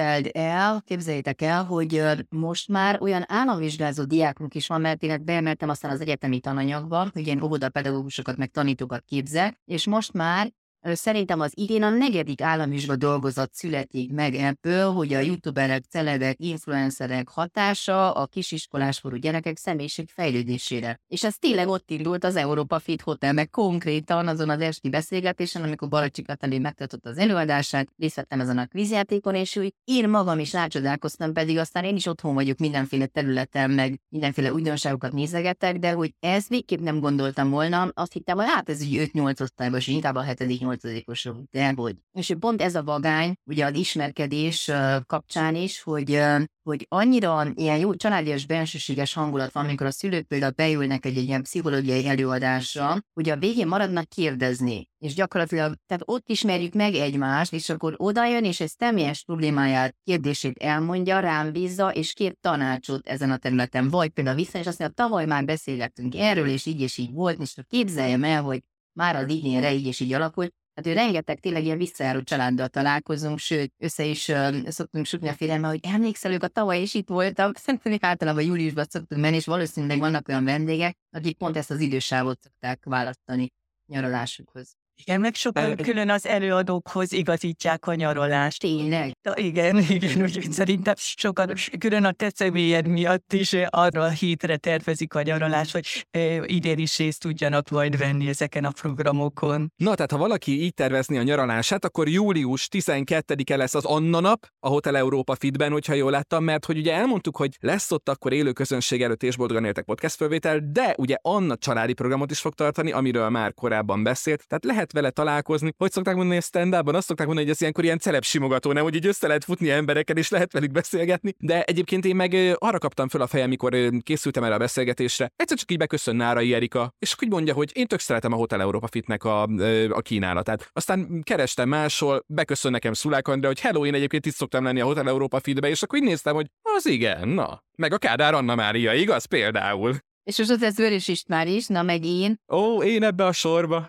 képzeljétek el, hogy most már olyan államvizsgázó diákunk is van, mert én beemeltem aztán az egyetemi tananyagba, hogy én óvodapedagógusokat meg tanítókat képzek, és most már szerintem az idén a 4. államvizsga dolgozat születik meg ebből, hogy a youtuberek, celebek, influencerek hatása a kisiskoláskorú gyerekek személyiség fejlődésére. És ez tényleg ott indult az Európa Fit Hotel, meg konkrétan azon az esti beszélgetésen, amikor Baracsi Katalin megtartott az előadását, részt vettem ezen a kvízjátékon, és úgy én magam is rácsodálkoztam, pedig aztán én is otthon vagyok mindenféle területen, meg mindenféle újdonságokat nézegetek, de hogy ez végképp nem gondoltam volna, azt hittem, hogy hát ez így 5-8 osztályban, és inkább a 7.-8-osok, de hogy. És pont ez a vagány, ugye az ismerkedés kapcsán is, hogy annyira ilyen jó családias, bensőséges hangulat van, amikor a szülők például beülnek egy ilyen pszichológiai előadásra, hogy a végén maradnak kérdezni. És gyakorlatilag, tehát ott ismerjük meg egymást, és akkor odajön, és egy személyes problémáját, kérdését elmondja, rám bízza, és kér tanácsot ezen a területen. Vagy például vissza, és azt mondja, tavaly már beszélgettünk erről, és így volt, és képzeljem el, hogy már az idénre így és így alakult. Hát ő rengeteg tényleg ilyen visszajáró családdal találkozunk, sőt, össze is szoktunk sukni a félelme, hogy emlékszel, ők a tavaly is itt voltak, szerintem általában júliusban szoktunk menni, és valószínűleg vannak olyan vendégek, akik pont ezt az idősávot szokták választani nyaralásukhoz. Igen, meg sokan külön az előadókhoz igazítják a nyaralást. Tényleg? Igen, úgyhogy szerintem sokan külön a te személyed miatt is arra a hétre tervezik a nyaralást, hogy idén is részt tudjanak majd venni ezeken a programokon. Na, tehát ha valaki így tervezni a nyaralását, akkor július 12-e lesz az Anna nap a Hotel Európa Fitben, hogyha jól láttam, mert hogy ugye elmondtuk, hogy lesz ott akkor élő közönség előtt és boldogan éltek podcast felvétel, de ugye Anna családi programot is fog tartani, amiről már korábban beszélt, tehát lehet vele találkozni. Hogy szokták mondani a stand-upban? Azt szokták mondani, hogy ez ilyenkor ilyen celebsimogató, nem? Hogy így össze lehet futni emberekkel, és lehet velük beszélgetni. De egyébként én meg arra kaptam föl a fejem, mikor készültem erre a beszélgetésre. Egyszer csak így beköszön Nárai Erika, és akkor így mondja, hogy én tök szeretem a Hotel Európa Fitnek a kínálatát. Aztán kerestem máshol, beköszön nekem Szulák Andrea, hogy hello, én egyébként itt szoktam lenni a Hotel Európa Fitbe, és akkor így néztem, hogy az igen, na. Meg a Kádár Anna Mária, igaz például? És most ez Vörös István is, na meg én. Ó, én ebbe a sorba.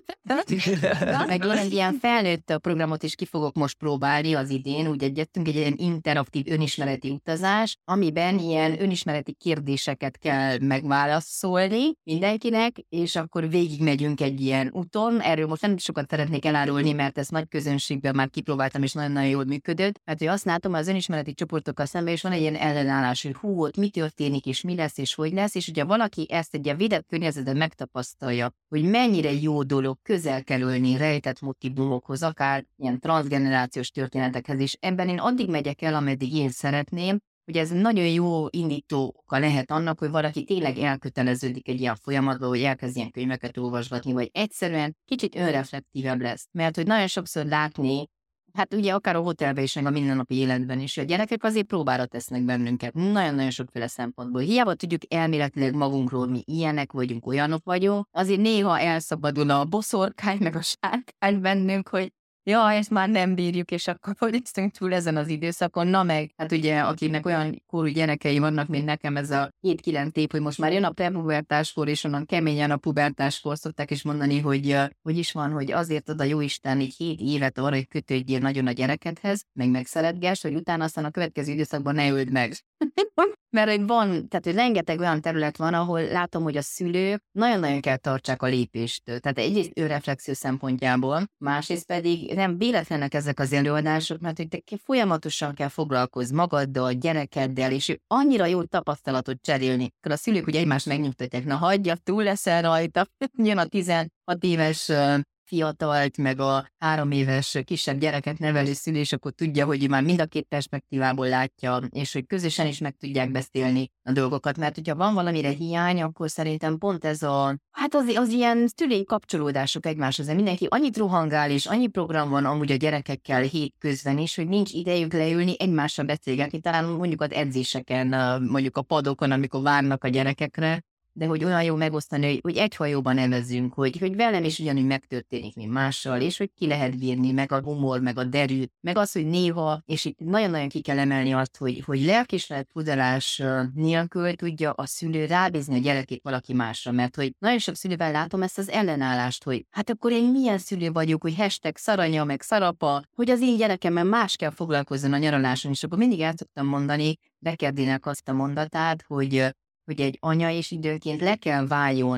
Meg én egy ilyen felnőtt programot is ki fogok most próbálni az idén, úgy egyettünk, egy ilyen interaktív önismereti utazás, amiben ilyen önismereti kérdéseket kell megválaszolni mindenkinek, és akkor végigmegyünk egy ilyen úton. Erről most nem sokat szeretnék elárulni, mert ezt nagy közönségben már kipróbáltam, és nagyon-nagyon jól működött. Mert hogy azt látom, az önismereti csoportokkal szemben is van egy ilyen ellenállás, hogy ott mi történik, és mi lesz, és hogy lesz, és ugye valaki ezt egy védett környezetben megtapasztalja, hogy mennyire jó dolog közel kerülni rejtett motívumokhoz, akár ilyen transzgenerációs történetekhez is. Ebben én addig megyek el, ameddig én szeretném, hogy ez nagyon jó indító oka lehet annak, hogy valaki tényleg elköteleződik egy ilyen folyamatba, hogy elkezd ilyen könyveket olvasgatni, vagy egyszerűen kicsit önreflektívebb lesz. Mert hogy nagyon sokszor látni, hát ugye akár a hotelben is, meg a mindennapi életben is, a gyerekek azért próbára tesznek bennünket, nagyon-nagyon sokféle szempontból. Hiába tudjuk elméletileg magunkról, mi ilyenek vagyunk, olyanok vagyunk, azért néha elszabadul a boszorkány, meg a sárkány bennünk, hogy ja, ezt már nem bírjuk, és akkor hogy leszünk túl ezen az időszakon, na meg, hát ugye, akiknek olyan korú gyerekei vannak, mint nekem ez a 7-9 év, hogy most már jön a prepubertáskor, és onnan keményen a pubertáskor szokták is mondani, hogy is van, hogy azért ad a jóisten így 7 évet arra, hogy kötődjél nagyon a gyerekedhez, meg megszeretgess, hogy utána aztán a következő időszakban ne öld meg. Mert hogy van, tehát hogy rengeteg olyan terület van, ahol látom, hogy a szülők nagyon-nagyon kell tartsák a lépéstől. Tehát egyrészt önreflexió szempontjából, másrészt pedig nem véletlenek ezek az előadások, mert hogy te folyamatosan kell foglalkozni magaddal, gyerekeddel, és annyira jó tapasztalatot cserélni. Akkor a szülők ugye egymást megnyugtatják, na hagyja, túl leszel rajta, jön a 16 éves fiatalt, meg a 3 éves kisebb gyereket nevelő szülő, és akkor tudja, hogy már mind a két perspektívából látja, és hogy közösen is meg tudják beszélni a dolgokat, mert hogyha van valamire hiány, akkor szerintem pont ez hát az ilyen szülői kapcsolódások egymáshoz, mindenki annyit rohangál, és annyi program van amúgy a gyerekekkel hétközben is, hogy nincs idejük leülni, egymással beszélgetni, talán mondjuk az edzéseken, mondjuk a padokon, amikor várnak a gyerekekre, de hogy olyan jó megosztani, hogy egy hajóban nevezzünk, hogy velem is ugyanúgy megtörténik, mint mással, és hogy ki lehet bírni, meg a humor, meg a derű, meg az, hogy néha, és itt nagyon-nagyon ki kell emelni azt, hogy lelkismeret tudelás nélkül tudja a szülő rábízni a gyerekét valaki másra, mert hogy nagyon sok szülővel látom ezt az ellenállást, hogy hát akkor én milyen szülő vagyok, hogy hashtag szaranya, meg szarapa, hogy az én gyerekemmel más kell foglalkozzon a nyaraláson, és akkor mindig el tudtam mondani Bekerdinek azt a mondatát, hogy egy anya és időnként le kell váljon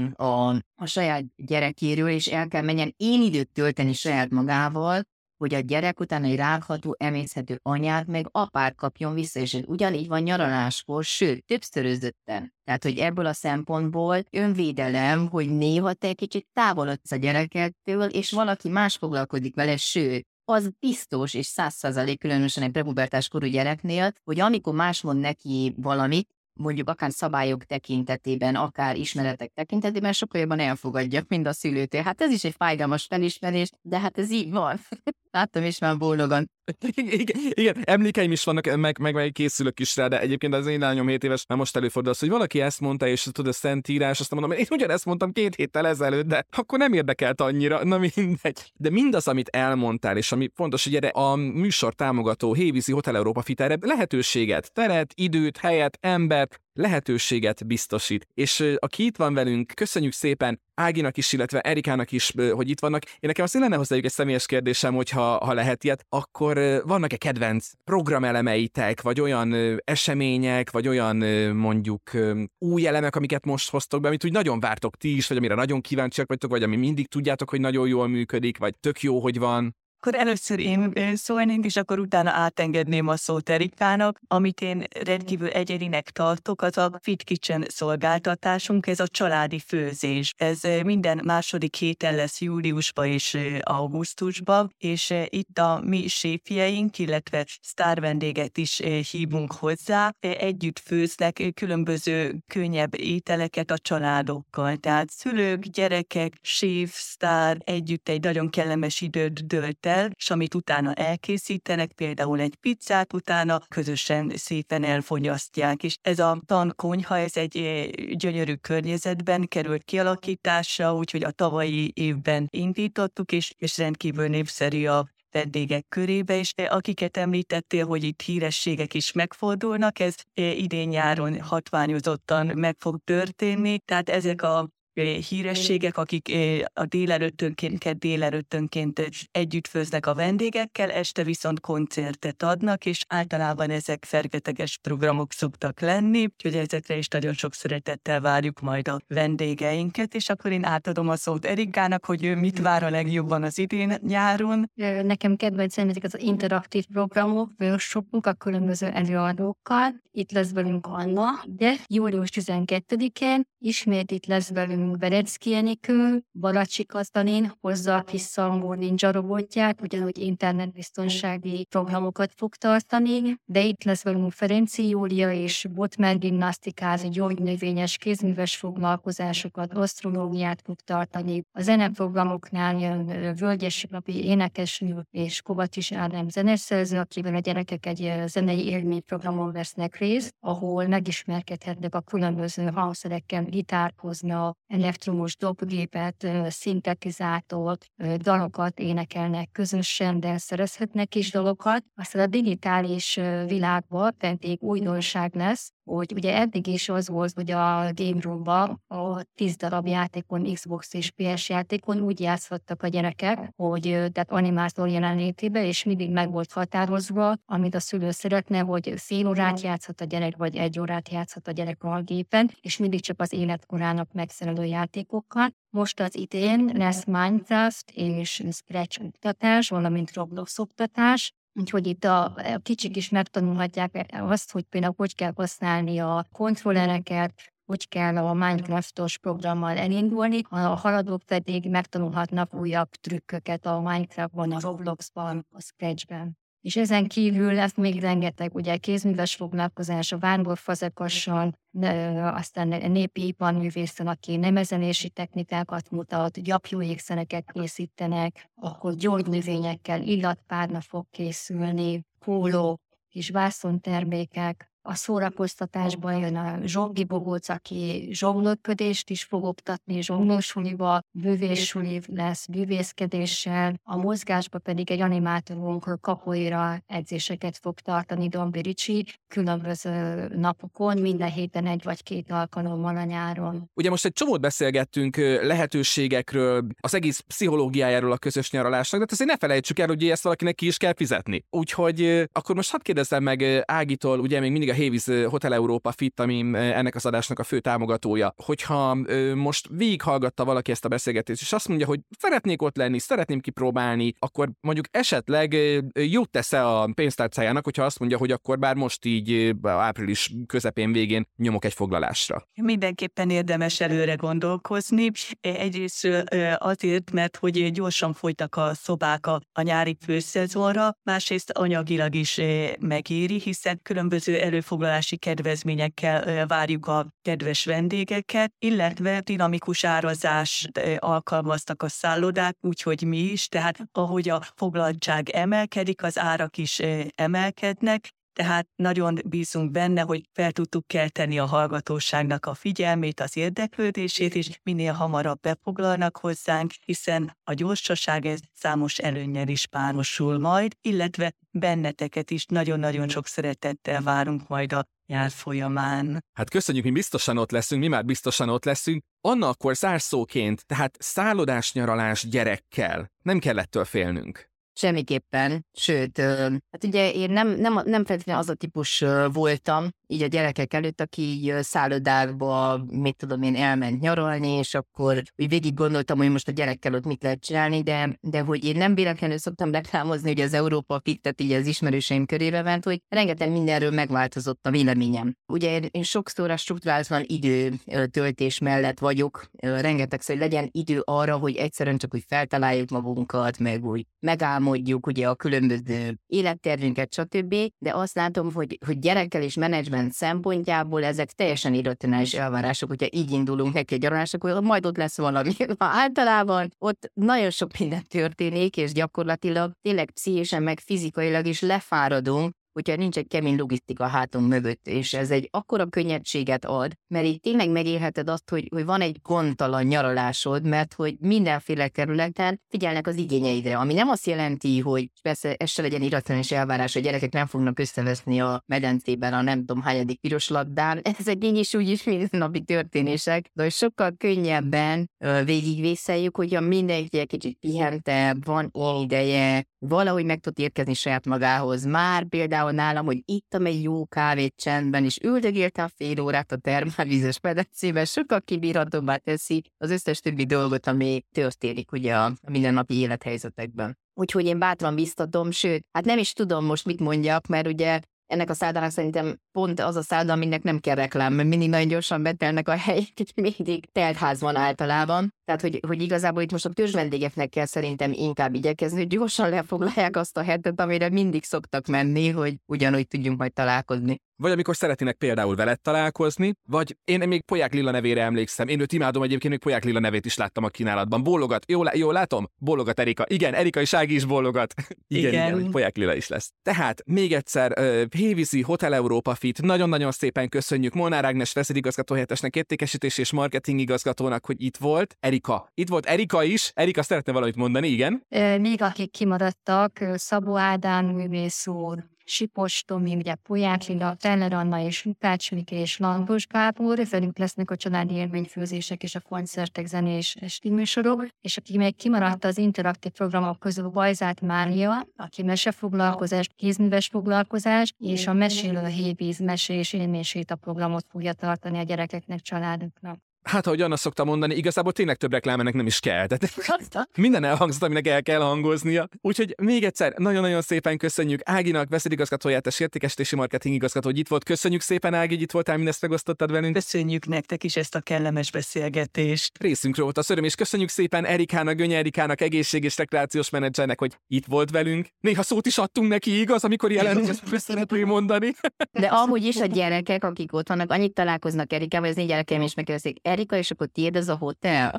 a saját gyerekéről, és el kell menjen én időt tölteni saját magával, hogy a gyerek után egy rágható, emészhető anyát meg apát kapjon vissza, és ugyanígy van nyaraláskor, sőt, többszörözötten. Tehát, hogy ebből a szempontból önvédelem, hogy néha te kicsit távolodsz a gyerekettől, és valaki más foglalkozik vele, sőt, az biztos, és 100% különösen egy prepubertás korú gyereknél, hogy amikor más mond neki valamit, mondjuk akár szabályok tekintetében, akár ismeretek tekintetében sokkal jobban elfogadja, mint a szülőtől. Hát ez is egy fájdalmas felismerés, de hát ez így van. Láttam is már bólogan. Igen, emlékeim is vannak, meg készülök is rá, de egyébként az én lányom 7 éves, már most előfordul az, hogy valaki ezt mondta, és tudod, a szentírás, azt mondom, én ugyanezt mondtam 2 héttel ezelőtt, de akkor nem érdekelt annyira, na mindegy. De mindaz, amit elmondtál, és ami fontos, hogy erre a műsor támogató Hévízi Hotel Európa Fit erre lehetőséget, teret, időt, helyet, embert, lehetőséget biztosít. És aki itt van velünk, köszönjük szépen Áginak is, illetve Erikának is, hogy itt vannak. Én nekem azt lenne hozzájuk egy személyes kérdésem, hogyha lehet ilyet, akkor vannak-e kedvenc programelemeitek, vagy olyan események, vagy olyan mondjuk új elemek, amiket most hoztok be, amit úgy nagyon vártok ti is, vagy amire nagyon kíváncsiak vagytok, vagy ami mindig tudjátok, hogy nagyon jól működik, vagy tök jó, hogy van? Akkor először én szólnék, és akkor utána átengedném a szót Erikának. Amit én rendkívül egyedinek tartok, az a Fit Kitchen szolgáltatásunk, ez a családi főzés. Ez minden második héten lesz júliusban és augusztusban, és itt a mi séfjeink, illetve sztárvendéget is hívunk hozzá. Együtt főznek különböző könnyebb ételeket a családokkal. Tehát szülők, gyerekek, séf, sztár együtt egy nagyon kellemes időt tölt el, és amit utána elkészítenek, például egy pizzát, utána közösen szépen elfogyasztják. És ez a tankonyha, ez egy gyönyörű környezetben került kialakításra, úgyhogy a tavalyi évben indítottuk, és rendkívül népszerű a vendégek körébe, és akiket említettél, hogy itt hírességek is megfordulnak, ez idén-nyáron hatványozottan meg fog történni, tehát ezek a hírességek, akik a délelőttönként együtt főznek a vendégekkel, este viszont koncertet adnak, és általában ezek fergeteges programok szoktak lenni, úgyhogy ezekre is nagyon sok szeretettel várjuk majd a vendégeinket, és akkor én átadom a szót Erikának, hogy ő mit vár a legjobban az idén nyáron. Nekem kedvencem ezek az interaktív programok, workshopok a különböző előadókkal. Itt lesz velünk Anna, de július 12-én ismét itt lesz velünk Berecki Enikő, Balacsi Katalin hozza a kis Szangó Ninja robotját, ugyanúgy internetbiztonsági programokat fog tartani, de itt lesz velünk Ferenci Júlia és Botmer gimnasztikáz, gyógynövényes kézműves foglalkozásokat, asztrológiát fog tartani. A zeneprogramoknál jön Völgyesi Lapi énekesnő és Kovács Ádám zeneszerző, akivel a gyerekek egy zenei élményprogramon vesznek részt, ahol megismerkedhetnek a különböző hangszerekkel, gitárt hoznak, elektromos dobgépet, szintetizátort, dalokat énekelnek közösen, de szerezhetnek is dalokat. Aztán a digitális világban pedig újdonság lesz, hogy ugye eddig is az volt, hogy a Game Room-ban a 10 darab játékon, Xbox és PS játékon úgy játszhattak a gyerekek, hogy tehát animátor jelenlétében, és mindig meg volt határozva, amit a szülő szeretne, hogy fél órát játszhat a gyerek, vagy 1 órát játszhat a gyerek a gépen, és mindig csak az életkorának megfelelő játékokkal. Most az idén lesz Minecraft és Scratch oktatás, valamint Roblox oktatás, úgyhogy itt a kicsik is megtanulhatják azt, hogy például hogy kell használni a kontrollereket, hogy kell a Minecraftos programmal elindulni, a haladók pedig megtanulhatnak újabb trükköket a Minecraftban, a Robloxban, a Scratchben. És ezen kívül lesz még rengeteg ugye kézműves foglalkozás a vándorfazekassal, aztán népi iparművészen, aki nemezelési technikákat mutat, gyapjú ékszereket készítenek, akkor gyógynövényekkel illatpárna fog készülni, póló és vászontermékek. A szórakoztatásban jön a zsongli bogóc, aki zsonglőködést is fog oktatni, zsonglósuliba, bűvéssuli lesz bűvészkedéssel, a mozgásban pedig egy animátorunk capoeira edzéseket fog tartani, Dombi Ricsi, különböző napokon, minden héten 1 vagy 2 alkalommal a nyáron. Ugye most egy csomót beszélgettünk lehetőségekről, az egész pszichológiájáról a közös nyaralásnak, de azért ne felejtsük el, hogy ezt valakinek ki is kell fizetni. Úgyhogy akkor most hadd kérdezzem meg Ágitól, ugye még mindig a Hévíz Hotel Európa Fit, ami ennek az adásnak a fő támogatója. Hogyha most végighallgatta valaki ezt a beszélgetést, és azt mondja, hogy szeretnék ott lenni, szeretném kipróbálni, akkor mondjuk esetleg jót tesz-e a pénztárcájának, hogyha azt mondja, hogy akkor bár most így április közepén végén nyomok egy foglalásra. Mindenképpen érdemes előre gondolkozni. Egyrészt azért, mert hogy gyorsan folytak a szobák a nyári főszezonra, másrészt anyagilag is megéri, hiszen különböző előfoglalási kedvezményekkel várjuk a kedves vendégeket, illetve dinamikus árazást alkalmaztak a szállodák, úgyhogy mi is, tehát ahogy a foglaltság emelkedik, az árak is emelkednek, tehát nagyon bízunk benne, hogy fel tudtuk kelteni a hallgatóságnak a figyelmét, az érdeklődését, és minél hamarabb befoglalnak hozzánk, hiszen a gyorsaság ez számos előnnyel is párosul majd, illetve benneteket is nagyon-nagyon sok szeretettel várunk majd a nyár folyamán. Hát köszönjük, mi biztosan ott leszünk, mi már biztosan ott leszünk. Anna, akkor zárszóként, tehát szállodás nyaralás gyerekkel. Nem kell ettől félnünk. Semmiképpen, sőt, hát ugye én nem feltétlenül az a típus voltam, így a gyerekek előtt, aki így szállodákba, mit tudom én, elment nyaralni, és akkor úgy végig gondoltam, hogy most a gyerekkel ott mit lehet csinálni, de hogy én nem véletlenül szoktam reklámozni, hogy az Európa Fit-et így az ismerőseim körébe ment, hogy rengeteg mindenről megváltozott a véleményem. Ugye én sokszor a strukturálatlan időtöltés mellett vagyok, rengetegszer, hogy legyen idő arra, hogy egyszerűen csak úgy feltaláljuk magunkat, meg úgy megálmodjuk ugye a különböző élettervünket, stb. De azt látom, hogy gyerekkel és menedzsment szempontjából ezek teljesen irracionális elvárások, hogyha így indulunk neki egy nyaralásra, akkor majd ott lesz valami. Általában ott nagyon sok minden történik, és gyakorlatilag tényleg pszichésen meg fizikailag is lefáradunk, hogyha nincs egy kemény logisztika a hátunk mögött, és ez egy akkora könnyedséget ad, mert így tényleg megélheted azt, hogy van egy gondtalan nyaralásod, mert hogy mindenféle területen figyelnek az igényeidre, ami nem azt jelenti, hogy persze ez se legyen irracionális elvárás, a gyerekek nem fognak összeveszni a medencében a nem tudom hányadik piros labdán. Ez egy így is úgy is mindennapi történések, de hogy sokkal könnyebben végigvészeljük, hogyha mindenki egy kicsit pihentebb, van ideje, valahogy meg tud érkezni saját magához. Már például nálam, hogy ittam egy jó kávét csendben, és üldögéltem fél órát a termálvízes medencében, sokkal kibírhatóbbá teszi az összes többi dolgot, ami történik ugye a mindennapi élethelyzetekben. Úgyhogy én bátran biztatom, sőt, hát nem is tudom most mit mondjak, mert ugye ennek a szállodának szerintem pont az a szálloda, aminek nem kell reklám, mert mindig nagyon gyorsan betelnek a helyek, és mindig teltház van általában. Tehát, hogy igazából itt most a törzsvendégeknek kell szerintem inkább igyekezni, hogy gyorsan lefoglalják azt a hetet, amire mindig szoktak menni, hogy ugyanúgy tudjunk majd találkozni. Vagy amikor szeretnének például veled találkozni, vagy én még Poják Lilla nevére emlékszem. Én őt imádom, egyébként még Poják Lilla nevét is láttam a kínálatban. Bólogat. Jól látom? Bólogat Erika. Igen, Erika és Ági is bólogat. Igen, Poják Lilla is lesz. Tehát még egyszer, Hévízi Hotel Európa Fit, nagyon-nagyon szépen köszönjük Molnár Ágnes vezérigazgatóhelyettesnek, értékesítés és marketing igazgatónak, hogy itt volt. Erika. Itt volt Erika is. Erika szeretne valamit mondani, igen? Még akik kimaradtak, Szabó Ádám művész úr, Sipos Tomi, ugye Poják Lilla, Teller Anna és Lukács Miki és Lantos Gábor, velünk lesznek a családi élményfőzések és a koncertek, zenés stílműsorok, és aki még kimaradt az interaktív programok közül Bajzát Mária, aki mesefoglalkozás, kézműves foglalkozás, és a Mesélő Hévíz mese- és élményséta programot fogja tartani a gyerekeknek, családoknak. Hát, ahogy Anna szokta mondani, igazából tényleg több reklám ennek nem is kell. Tehát minden elhangzott, aminek el kell hangoznia. Úgyhogy még egyszer nagyon-nagyon szépen köszönjük Áginak, vezérigazgatóhelyettes értékesítési marketing igazgató, hogy itt volt. Köszönjük szépen, Ági, hogy itt voltál, mindezt megosztottad velünk. Köszönjük nektek is ezt a kellemes beszélgetést. Részünkről volt az öröm, és köszönjük szépen Erikának, Gönnye Erikának, egészség- és rekreációs menedzsernek, hogy itt volt velünk. Néha szót is adtunk neki, igaz, amikor jelent, ezt szeretné mondani. De amúgy is a gyerekek, akik ott vannak, annyit találkoznak Erikával, az 4 gyerekeim is megkérdezik, Erika, és akkor tiéd ez a hotel?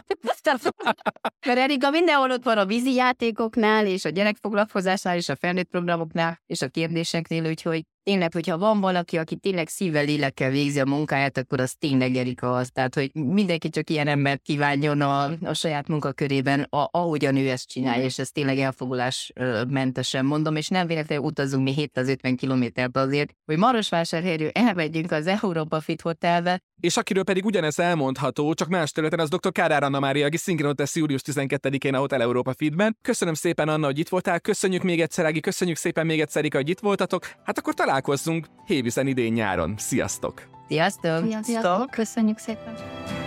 Mert Erika mindenhol ott van a vízi játékoknál, és a gyerekfoglalkozásnál, és a felnőtt programoknál, és a kérdéseknél, úgyhogy tényleg, hogyha van valaki, aki tényleg szívvel, lélekkel végzi a munkáját, akkor az tényleg Erika az. Tehát, hogy mindenki csak ilyen embert kívánjon a saját munkakörében, ahogyan ő ezt csinálja, és ez tényleg elfogulásmentesen mondom, és nem véletlenül utazunk mi 750 kilométert azért, hogy Marosvásárhelyről elmegyünk az Európa Fit Hotelbe. És akiről pedig ugyanez elmondható, csak más területen, az dr. Kádár Anna Mária, aki szintén ott lesz július 12-én a Hotel Európa Fitben. Köszönöm szépen, Anna, hogy itt voltál, köszönjük még egyszer, Ági, köszönjük szépen még egyszer, Erika, hogy itt voltatok. Hát akkor találkozzunk Hévízen idén nyáron. Sziasztok! Sziasztok! Sziasztok! Köszönjük szépen!